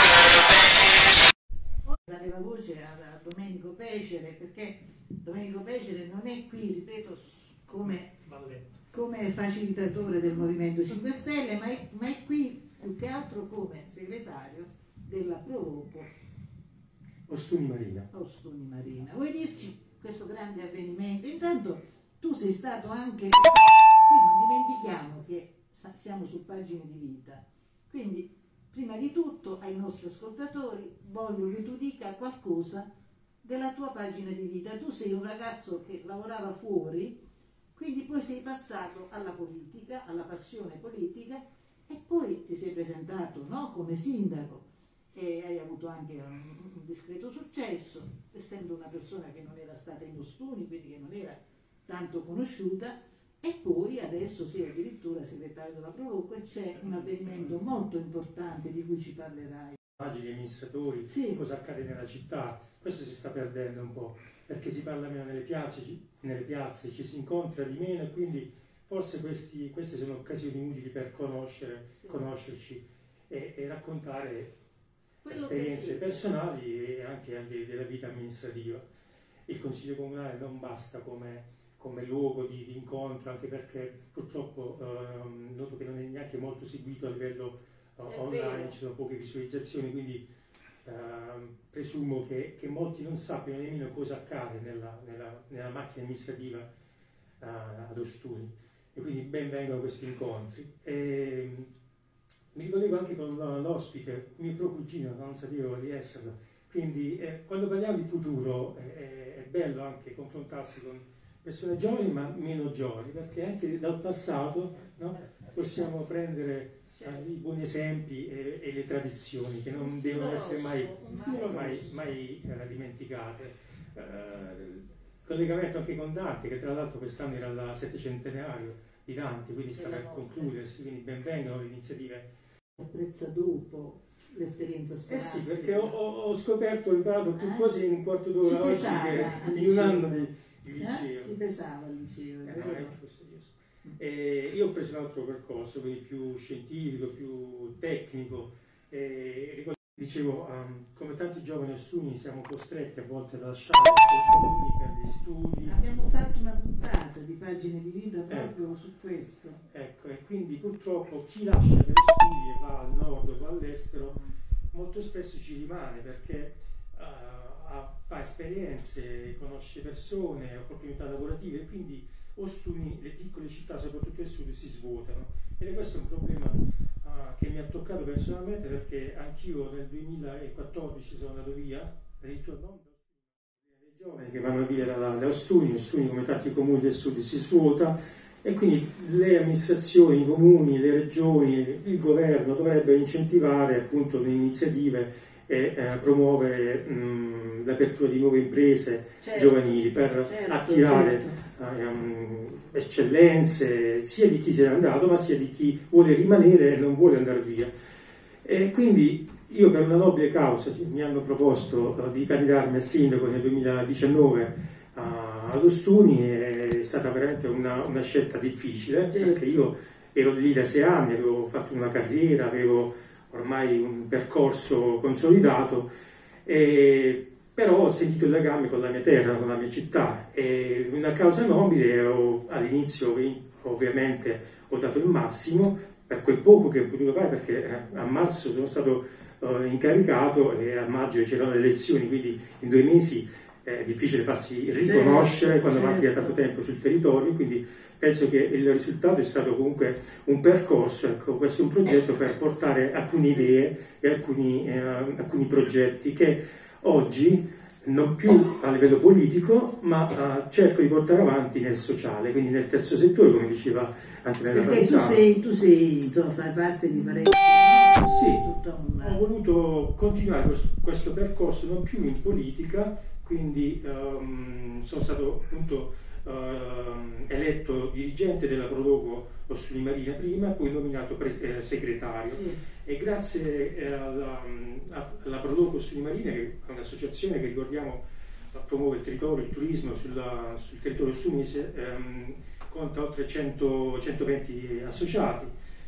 Speaker 1: dare la voce a, a Domenico Pecere, perché Domenico Pecere non è qui, ripeto, come, come facilitatore del Movimento cinque Stelle, ma è, ma è qui più che altro come segretario della Provoco
Speaker 12: Ostuni Marina.
Speaker 1: Ostuni Marina. Vuoi dirci questo grande avvenimento? Intanto tu sei stato anche, qui non dimentichiamo che sa- siamo su Pagine di Vita, quindi prima di tutto ai nostri ascoltatori voglio che tu dica qualcosa della tua pagina di vita. Tu sei un ragazzo che lavorava fuori, quindi poi sei passato alla politica, alla passione politica, e poi ti sei presentato, no, come sindaco e hai avuto anche un, un discreto successo, essendo una persona che non era stata in Ostuni, quindi che non era tanto conosciuta, e poi adesso sei addirittura segretario della Provoco e c'è un avvenimento molto importante di cui ci parlerai.
Speaker 12: Agli amministratori,
Speaker 1: Sì.
Speaker 12: cosa accade nella città, questo si sta perdendo un po', perché si parla meno nelle piazze, ci, nelle piazze ci si incontra di meno, e quindi forse questi, queste sono occasioni utili per conoscere,
Speaker 1: Sì.
Speaker 12: conoscerci e, e raccontare
Speaker 1: Quello che
Speaker 12: esperienze
Speaker 1: siete.
Speaker 12: personali e anche, anche della vita amministrativa. Il Consiglio Comunale non basta come, come luogo di, di incontro, anche perché purtroppo ehm, noto che non è neanche molto seguito a livello eh,
Speaker 1: È
Speaker 12: online,
Speaker 1: vero.
Speaker 12: ci sono poche visualizzazioni, quindi ehm, presumo che, che molti non sappiano nemmeno cosa accade nella, nella, nella macchina amministrativa eh, ad Ostuni, e quindi ben vengano questi incontri. E, mi ricollego anche con l'ospite, mio pro cugino, non sapevo di esserlo, quindi eh, quando parliamo di futuro eh, è bello anche confrontarsi con, persone giovani ma meno giovani, perché anche dal passato, no, possiamo prendere eh, i buoni esempi e, e le tradizioni che non devono essere mai, mai, mai eh, dimenticate. Eh, collegamento anche con Dante, che tra l'altro quest'anno era il settecentenario di Dante, quindi sta per concludersi, quindi benvengano le iniziative.
Speaker 1: Apprezza dopo l'esperienza scolastica.
Speaker 12: Eh sì, perché ho, ho scoperto, ho imparato più cose in un quarto d'ora
Speaker 1: Ci
Speaker 12: oggi
Speaker 1: pesava,
Speaker 12: che in un anno di, di liceo.
Speaker 1: Eh? Ci pesava il liceo, è
Speaker 12: Eh, no,
Speaker 1: vero?
Speaker 12: ecco, questo è giusto. E io ho preso un altro percorso, quindi più scientifico, più tecnico. E ricordo, dicevo, um, come tanti giovani studi siamo costretti a volte a lasciare gli studi per gli studi.
Speaker 1: Abbiamo fatto una puntata di Pagine di Vita proprio
Speaker 12: Ecco.
Speaker 1: su questo.
Speaker 12: Ecco, e quindi purtroppo chi lascia per gli studi e va al nord o va all'estero molto spesso ci rimane perché uh, ha, fa esperienze, conosce persone, opportunità lavorative e quindi o studi, le piccole città, soprattutto il sud, si svuotano. Ed è questo un problema uh, che mi ha toccato personalmente perché anch'io nel duemilaquattordici sono andato via, addirittura non dei giovani che vanno via dallo studio, studi come tanti comuni del sud si svuota e quindi le amministrazioni, i comuni, le regioni, il governo dovrebbero incentivare appunto le iniziative e eh, promuovere mh, l'apertura di nuove imprese
Speaker 1: Certo,
Speaker 12: giovanili per
Speaker 1: certo,
Speaker 12: attirare
Speaker 1: certo.
Speaker 12: eh, um, eccellenze sia di chi se n'è andato ma sia di chi vuole rimanere e non vuole andare via. E quindi io per una nobile causa mi hanno proposto uh, di candidarmi a sindaco nel duemiladiciannove uh, allo Stuni, è stata veramente una, una scelta difficile, certo. Perché io ero lì da sei anni, avevo fatto una carriera, avevo ormai un percorso consolidato, e, però ho sentito il legame con la mia terra, con la mia città, e una causa nobile. Ho, all'inizio ovviamente ho dato il massimo per quel poco che ho potuto fare, perché eh, a marzo sono stato eh, incaricato e a maggio c'erano le elezioni, quindi in due mesi è difficile farsi riconoscere certo, quando certo. manchi da tanto tempo sul territorio, quindi penso che il risultato è stato comunque un percorso, ecco, questo è un progetto per portare alcune idee e alcuni, eh, alcuni progetti che oggi non più a livello politico, ma uh, cerco di portare avanti nel sociale, quindi nel terzo settore, come diceva anche nella
Speaker 1: Perché tu sei, tu sei, insomma, fai parte di parecchio.
Speaker 12: Sì, un... ho voluto continuare questo, questo percorso non più in politica, quindi um, sono stato appunto uh, eletto dirigente della Proloco Ostuni Marina prima, poi nominato pre- eh, segretario. Sì. E grazie eh, alla, alla Proloco Ostuni Marina, che è un'associazione che ricordiamo promuove il territorio, il turismo sulla, sul territorio ostunese, ehm, conta oltre cento, centoventi associati.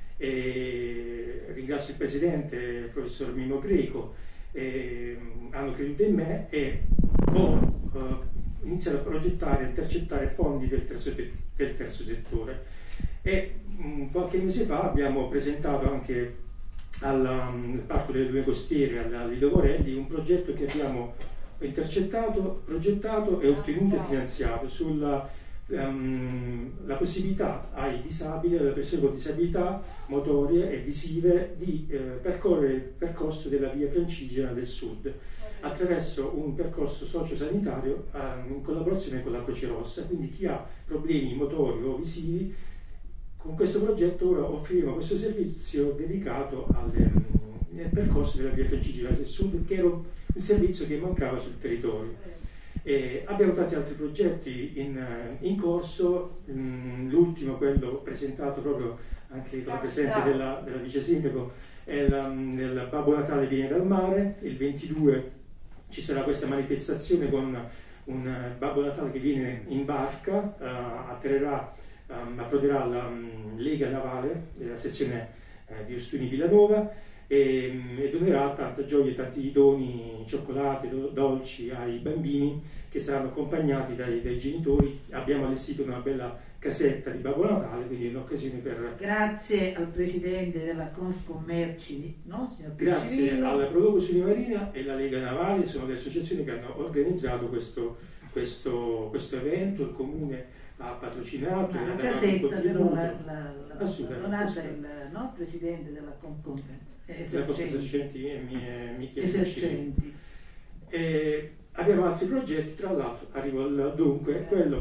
Speaker 12: E ringrazio il presidente, il professor Mimo Greco, e, um, hanno creduto in me e ho uh, iniziato a progettare e intercettare fondi del terzo, del terzo settore. E um, qualche mese fa abbiamo presentato anche al um, Parco delle Due Costiere, alla Lido Morelli, un progetto che abbiamo intercettato, progettato e ottenuto e finanziato sulla um, la possibilità ai disabili, alle persone con disabilità motorie e visive di eh, percorrere il percorso della via Francigena del Sud attraverso un percorso sociosanitario um, in collaborazione con la Croce Rossa. Quindi chi ha problemi motori o visivi, con questo progetto ora offriremo questo servizio dedicato alle, nel percorso della via Francigena del Sud, che era un servizio che mancava sul territorio. E abbiamo tanti altri progetti in, in corso, mm, l'ultimo, quello presentato proprio anche con la presenza della, della vice sindaco, è la, il Babbo Natale viene dal mare. Il ventidue ci sarà questa manifestazione con un Babbo Natale che viene in barca, uh, atterrerà Um, approderà alla um, Lega Navale della sezione eh, di Ostuni Villanova e, um, e donerà tanta gioia, tanti doni, cioccolate, do, dolci ai bambini che saranno accompagnati dai, dai genitori. Abbiamo allestito una bella casetta di Babbo Natale, quindi è un'occasione per...
Speaker 1: Grazie al presidente della Confcommerci, no, signor
Speaker 12: Grazie
Speaker 1: Cirillo.
Speaker 12: alla Proloco Ostuni Marina e la Lega Navale, sono le associazioni che hanno organizzato questo, questo, questo evento. Il comune ha patrocinato
Speaker 1: Ma la
Speaker 12: ha
Speaker 1: casetta però la, la, la,
Speaker 12: Assolutamente.
Speaker 1: donata il no, presidente della Concom
Speaker 12: esercenti mi, mi chiede
Speaker 1: esercenti.
Speaker 12: E abbiamo altri progetti, tra l'altro arrivo al dunque, quello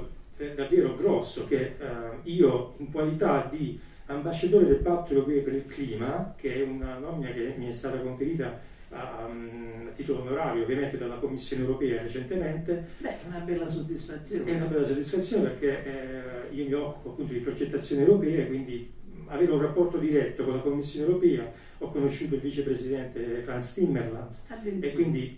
Speaker 12: eh, davvero grosso che eh, io, in qualità di ambasciatore del Patto Europeo per il Clima, che è una nomina che mi è stata conferita a, a titolo onorario ovviamente dalla Commissione Europea recentemente.
Speaker 1: Beh, una bella soddisfazione.
Speaker 12: È una bella soddisfazione perché eh, io mi occupo appunto di progettazione europea, quindi avere un rapporto diretto con la Commissione Europea. Ho conosciuto il vicepresidente Frans Timmermans e quindi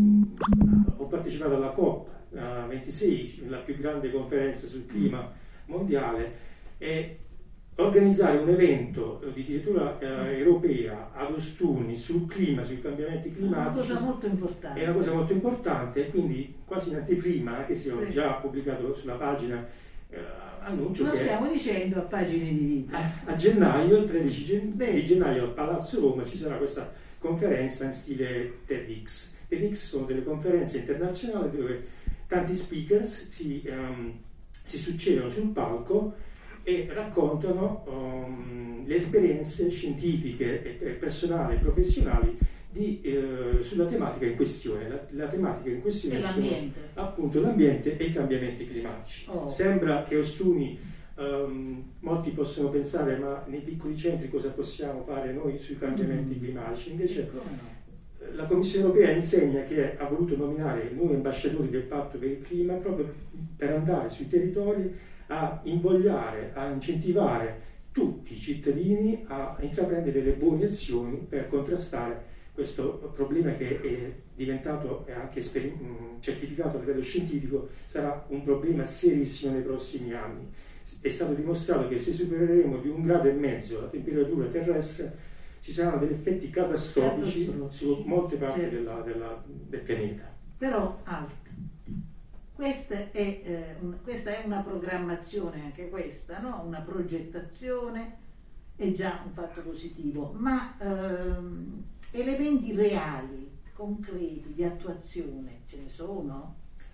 Speaker 12: mh, ho partecipato alla COP ventisei, la più grande conferenza sul clima mondiale, e organizzare un evento di direttura eh, europea ad Ostuni sul clima, sui cambiamenti climatici,
Speaker 1: è una cosa molto importante.
Speaker 12: È una cosa molto importante, e quindi quasi in anteprima, anche se ho
Speaker 1: Sì.
Speaker 12: già pubblicato sulla pagina, eh, annuncio
Speaker 1: Lo
Speaker 12: che
Speaker 1: stiamo dicendo a pagine di vita.
Speaker 12: a, a gennaio, il tredici gen- di gennaio al Palazzo Roma ci sarà questa conferenza in stile TEDx. TEDx sono delle conferenze internazionali dove tanti speakers si, um, si succedono sul palco e raccontano um, le esperienze scientifiche e, e personali e professionali di, eh, sulla tematica in questione. La, la tematica in questione
Speaker 1: E
Speaker 12: sono
Speaker 1: l'ambiente.
Speaker 12: appunto l'ambiente e i cambiamenti climatici.
Speaker 1: Oh.
Speaker 12: Sembra che Ostuni, um, molti possono pensare, ma nei piccoli centri cosa possiamo fare noi sui cambiamenti
Speaker 1: Mm.
Speaker 12: climatici? Invece
Speaker 1: Come no?
Speaker 12: la Commissione Europea insegna che ha voluto nominare noi ambasciatori del Patto per il Clima proprio per andare sui territori a invogliare, a incentivare tutti i cittadini a intraprendere delle buone azioni per contrastare questo problema che è diventato e anche speri- certificato a livello scientifico sarà un problema serissimo nei prossimi anni. È stato dimostrato che se supereremo di un grado e mezzo la temperatura terrestre ci saranno degli effetti catastrofici
Speaker 1: Catastrofici,
Speaker 12: su molte parti
Speaker 1: certo.
Speaker 12: della- della- del pianeta.
Speaker 1: Però altro. Questa è, eh, un- questa è una programmazione, anche questa, no? Una progettazione, è già un fatto positivo, ma ehm, elementi reali, concreti, di attuazione ce ne sono?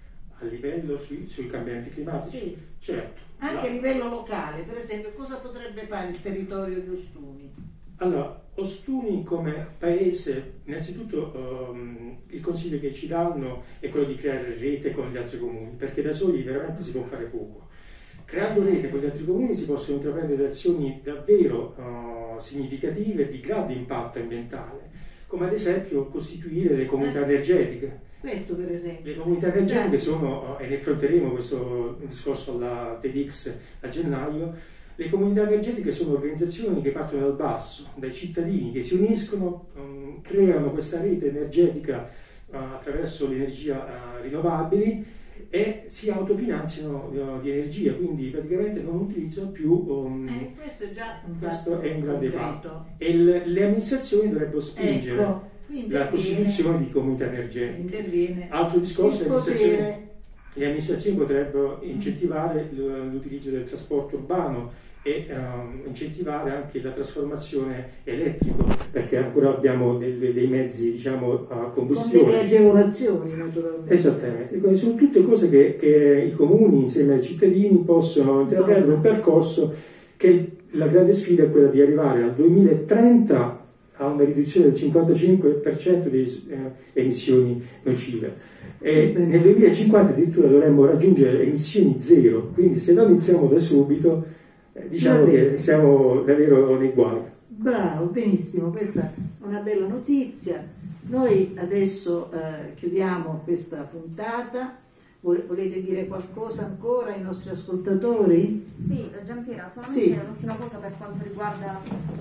Speaker 12: A livello sui, sui cambiamenti climatici?
Speaker 1: Sì.
Speaker 12: Certo.
Speaker 1: Anche
Speaker 12: La-
Speaker 1: a livello locale, per esempio, cosa potrebbe fare il territorio di Ostuni?
Speaker 12: Allora, Ostuni come paese, innanzitutto ehm, il consiglio che ci danno è quello di creare rete con gli altri comuni, perché da soli veramente si può fare poco. Creando rete con gli altri comuni si possono intraprendere azioni davvero eh, significative di grande impatto ambientale, come ad esempio costituire le comunità energetiche.
Speaker 1: Questo per esempio.
Speaker 12: Le comunità energetiche sono, e ne affronteremo questo discorso alla TEDx a gennaio, le comunità energetiche sono organizzazioni che partono dal basso, dai cittadini che si uniscono, um, creano questa rete energetica uh, attraverso l'energia uh, rinnovabili e si autofinanziano uh, di energia, quindi praticamente non utilizzano più... Um,
Speaker 1: Eh, questo è già un
Speaker 12: questo
Speaker 1: fatto
Speaker 12: è un grande
Speaker 1: concreto.
Speaker 12: fatto. E l- le amministrazioni dovrebbero spingere
Speaker 1: Ecco, qui
Speaker 12: la
Speaker 1: interviene-
Speaker 12: costituzione di comunità energetiche.
Speaker 1: interviene
Speaker 12: Altro discorso,
Speaker 1: il
Speaker 12: le amministrazioni,
Speaker 1: potere.
Speaker 12: le amministrazioni potrebbero incentivare l- l'utilizzo del trasporto urbano e ehm, incentivare anche la trasformazione elettrica, perché ancora abbiamo delle- dei mezzi, diciamo, a
Speaker 1: Con
Speaker 12: combustione.
Speaker 1: delle agevolazioni naturalmente.
Speaker 12: Esattamente, quindi sono tutte cose che, che i comuni insieme ai cittadini possono intraprendere un percorso che la grande sfida è quella di arrivare al duemilatrenta a una riduzione del cinquantacinque per cento di eh, emissioni nocive e nel duemilacinquanta addirittura dovremmo raggiungere emissioni zero, quindi se non iniziamo da subito eh, diciamo
Speaker 1: Va bene.
Speaker 12: che siamo davvero nei guai.
Speaker 1: Bravo, benissimo, questa è una bella notizia. Noi adesso eh, chiudiamo questa puntata. Vole- Volete dire qualcosa ancora ai nostri ascoltatori?
Speaker 6: Sì, Giampiera, solamente
Speaker 1: Sì.
Speaker 6: un'ultima cosa per quanto riguarda...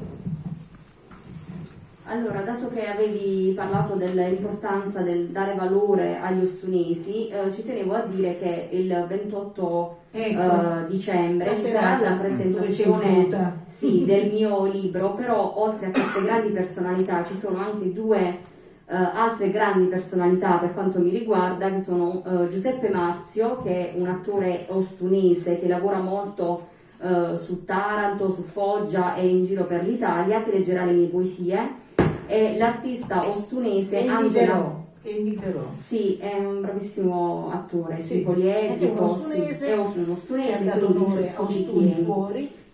Speaker 6: Allora, dato che avevi parlato dell'importanza del dare valore agli ostunesi, eh, ci tenevo a dire che il ventotto
Speaker 1: Ecco.
Speaker 6: eh, dicembre
Speaker 1: La
Speaker 6: ci sarà
Speaker 1: serata
Speaker 6: la
Speaker 1: dove si
Speaker 6: presentazione
Speaker 1: vota.
Speaker 6: sì, del mio libro, però oltre a queste grandi personalità ci sono anche due eh, altre grandi personalità per quanto mi riguarda, che sono eh, Giuseppe Marzio, che è un attore ostunese che lavora molto eh, su Taranto, su Foggia e in giro per l'Italia, che leggerà le mie poesie, e l'artista ostunese
Speaker 1: Che
Speaker 6: Angela.
Speaker 1: inviterò, che inviterò.
Speaker 6: Sì, è un bravissimo attore,
Speaker 1: Sì,
Speaker 6: sì, poliedrico,
Speaker 1: è uno ostunese
Speaker 6: sì, è uno
Speaker 1: che
Speaker 6: ostunese,
Speaker 1: ha dato
Speaker 6: quindi
Speaker 1: onore
Speaker 6: su
Speaker 1: a
Speaker 6: tutti i
Speaker 1: Ostuni
Speaker 6: piedi.
Speaker 1: fuori.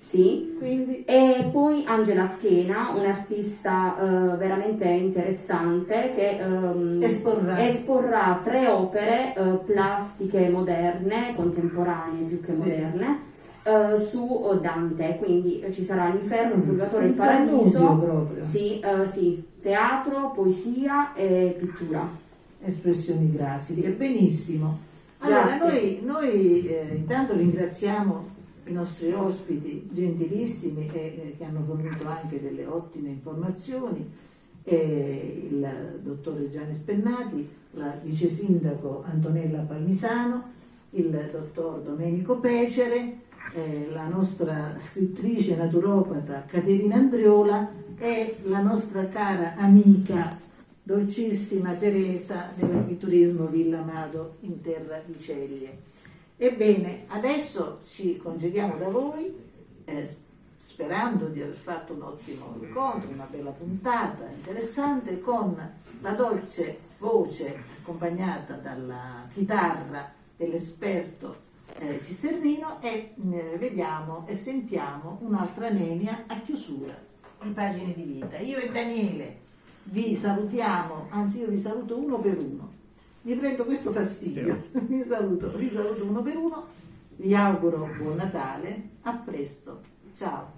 Speaker 6: Sì.
Speaker 1: Quindi...
Speaker 6: E poi Angela Schena, un'artista uh, veramente interessante che um,
Speaker 1: esporrà.
Speaker 6: esporrà tre opere uh, plastiche moderne, contemporanee più che moderne, sì. uh, su Dante. Quindi uh, ci sarà l'Inferno, il Purgatorio e il Paradiso. Sì, uh, sì, teatro, poesia e pittura.
Speaker 1: Espressioni grafiche,
Speaker 6: sì.
Speaker 1: Benissimo. Allora,
Speaker 6: Grazie.
Speaker 1: noi, noi eh, intanto ringraziamo i nostri ospiti gentilissimi e eh, che hanno fornito anche delle ottime informazioni, eh, il dottore Gianni Spennati, la vice sindaco Antonella Palmisano, il dottor Domenico Pecere, eh, la nostra scrittrice naturopata Caterina Andriola e la nostra cara amica dolcissima Teresa dell'agriturismo Villa Mado in terra di Ceglie. Ebbene, adesso ci congediamo da voi, eh, sperando di aver fatto un ottimo incontro, una bella puntata interessante, con la dolce voce accompagnata dalla chitarra dell'esperto eh, Cisternino e eh, vediamo e sentiamo un'altra nenia a chiusura di Pagine di Vita. Io e Daniele vi salutiamo, anzi io vi saluto uno per uno. Mi prendo questo fastidio, vi saluto, vi saluto uno per uno, vi auguro buon Natale, a presto, ciao.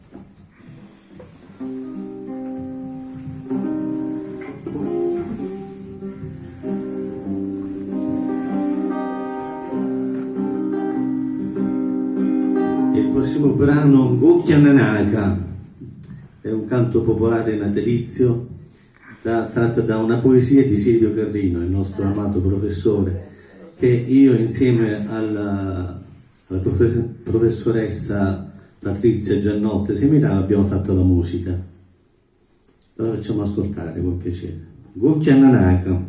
Speaker 2: Il prossimo brano Gucchia Nanaka è un canto popolare natalizio Da, tratta da una poesia di Silvio Carrino, il nostro amato professore, che io insieme alla, alla professoressa Patrizia Giannotte Semirà abbiamo fatto la musica. La facciamo ascoltare con piacere. Gucchia Nanaka,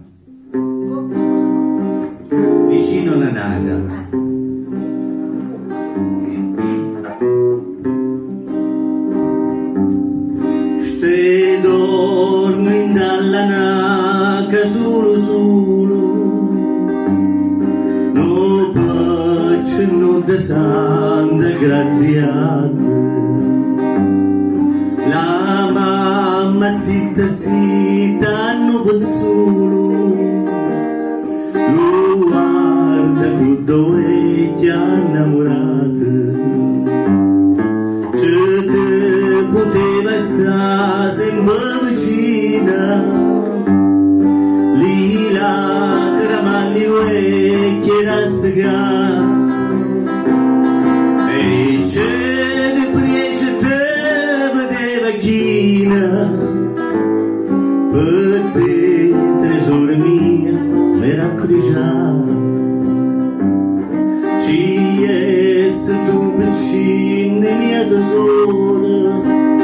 Speaker 2: vicino Nanaka.
Speaker 13: Dalla naca solo solo no pace no de santa graziate la mamma zitta zitta no pozzolo lo guarda con due innamorate se te poteva stare sempre vicina lì la caramalli vecchie da segare e c'è di priece te vedeva china per te tesoro mia m'era prigiata ci esse tu vicino mia tesoro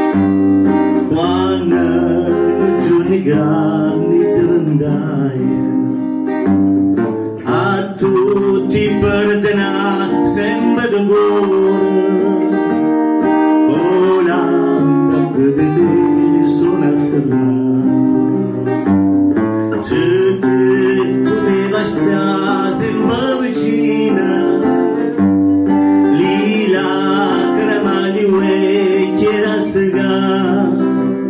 Speaker 13: quando giorni grandi diventai a tutti perdona sempre d'amore Olanda per te sono serrata c'è che poteva stare sempre vicina lì la caramalli vecchie da segare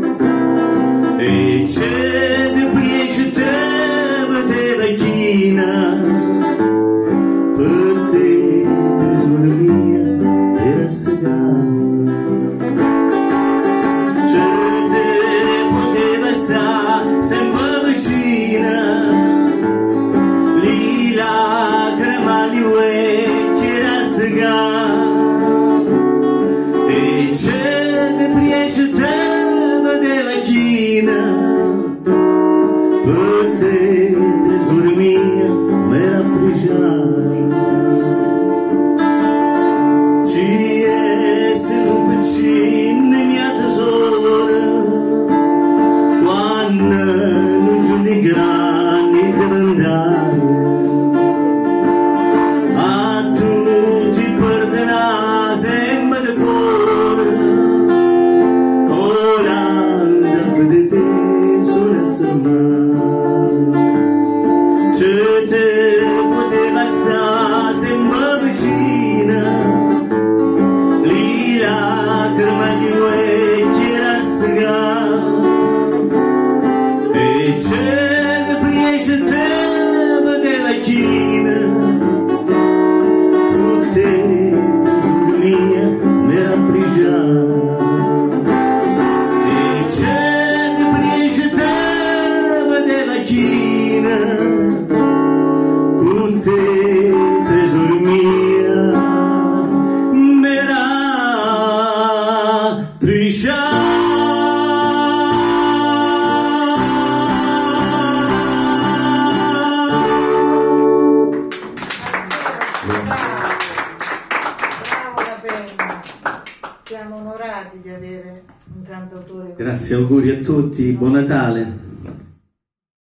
Speaker 13: e c'è di piace te vedeva china per te tesoro mia per segare c'è te poteva stare sempre vicina lì la caramalli vecchie da segare e c'è di piace te vedeva china per te tesoro mia m'era prigiata ci esse tu vicino mia tesoro quando non giorni grandi diventare a tutti perdona sempre di cuore di vecchia strada e c'è che priesce tempo della Cina con te mia nella prigione e c'è che priesce tempo della Cina con te tesoro mia nella prigione.
Speaker 1: Siamo onorati di avere un cantautore così.
Speaker 2: Grazie, auguri a tutti, buon Natale.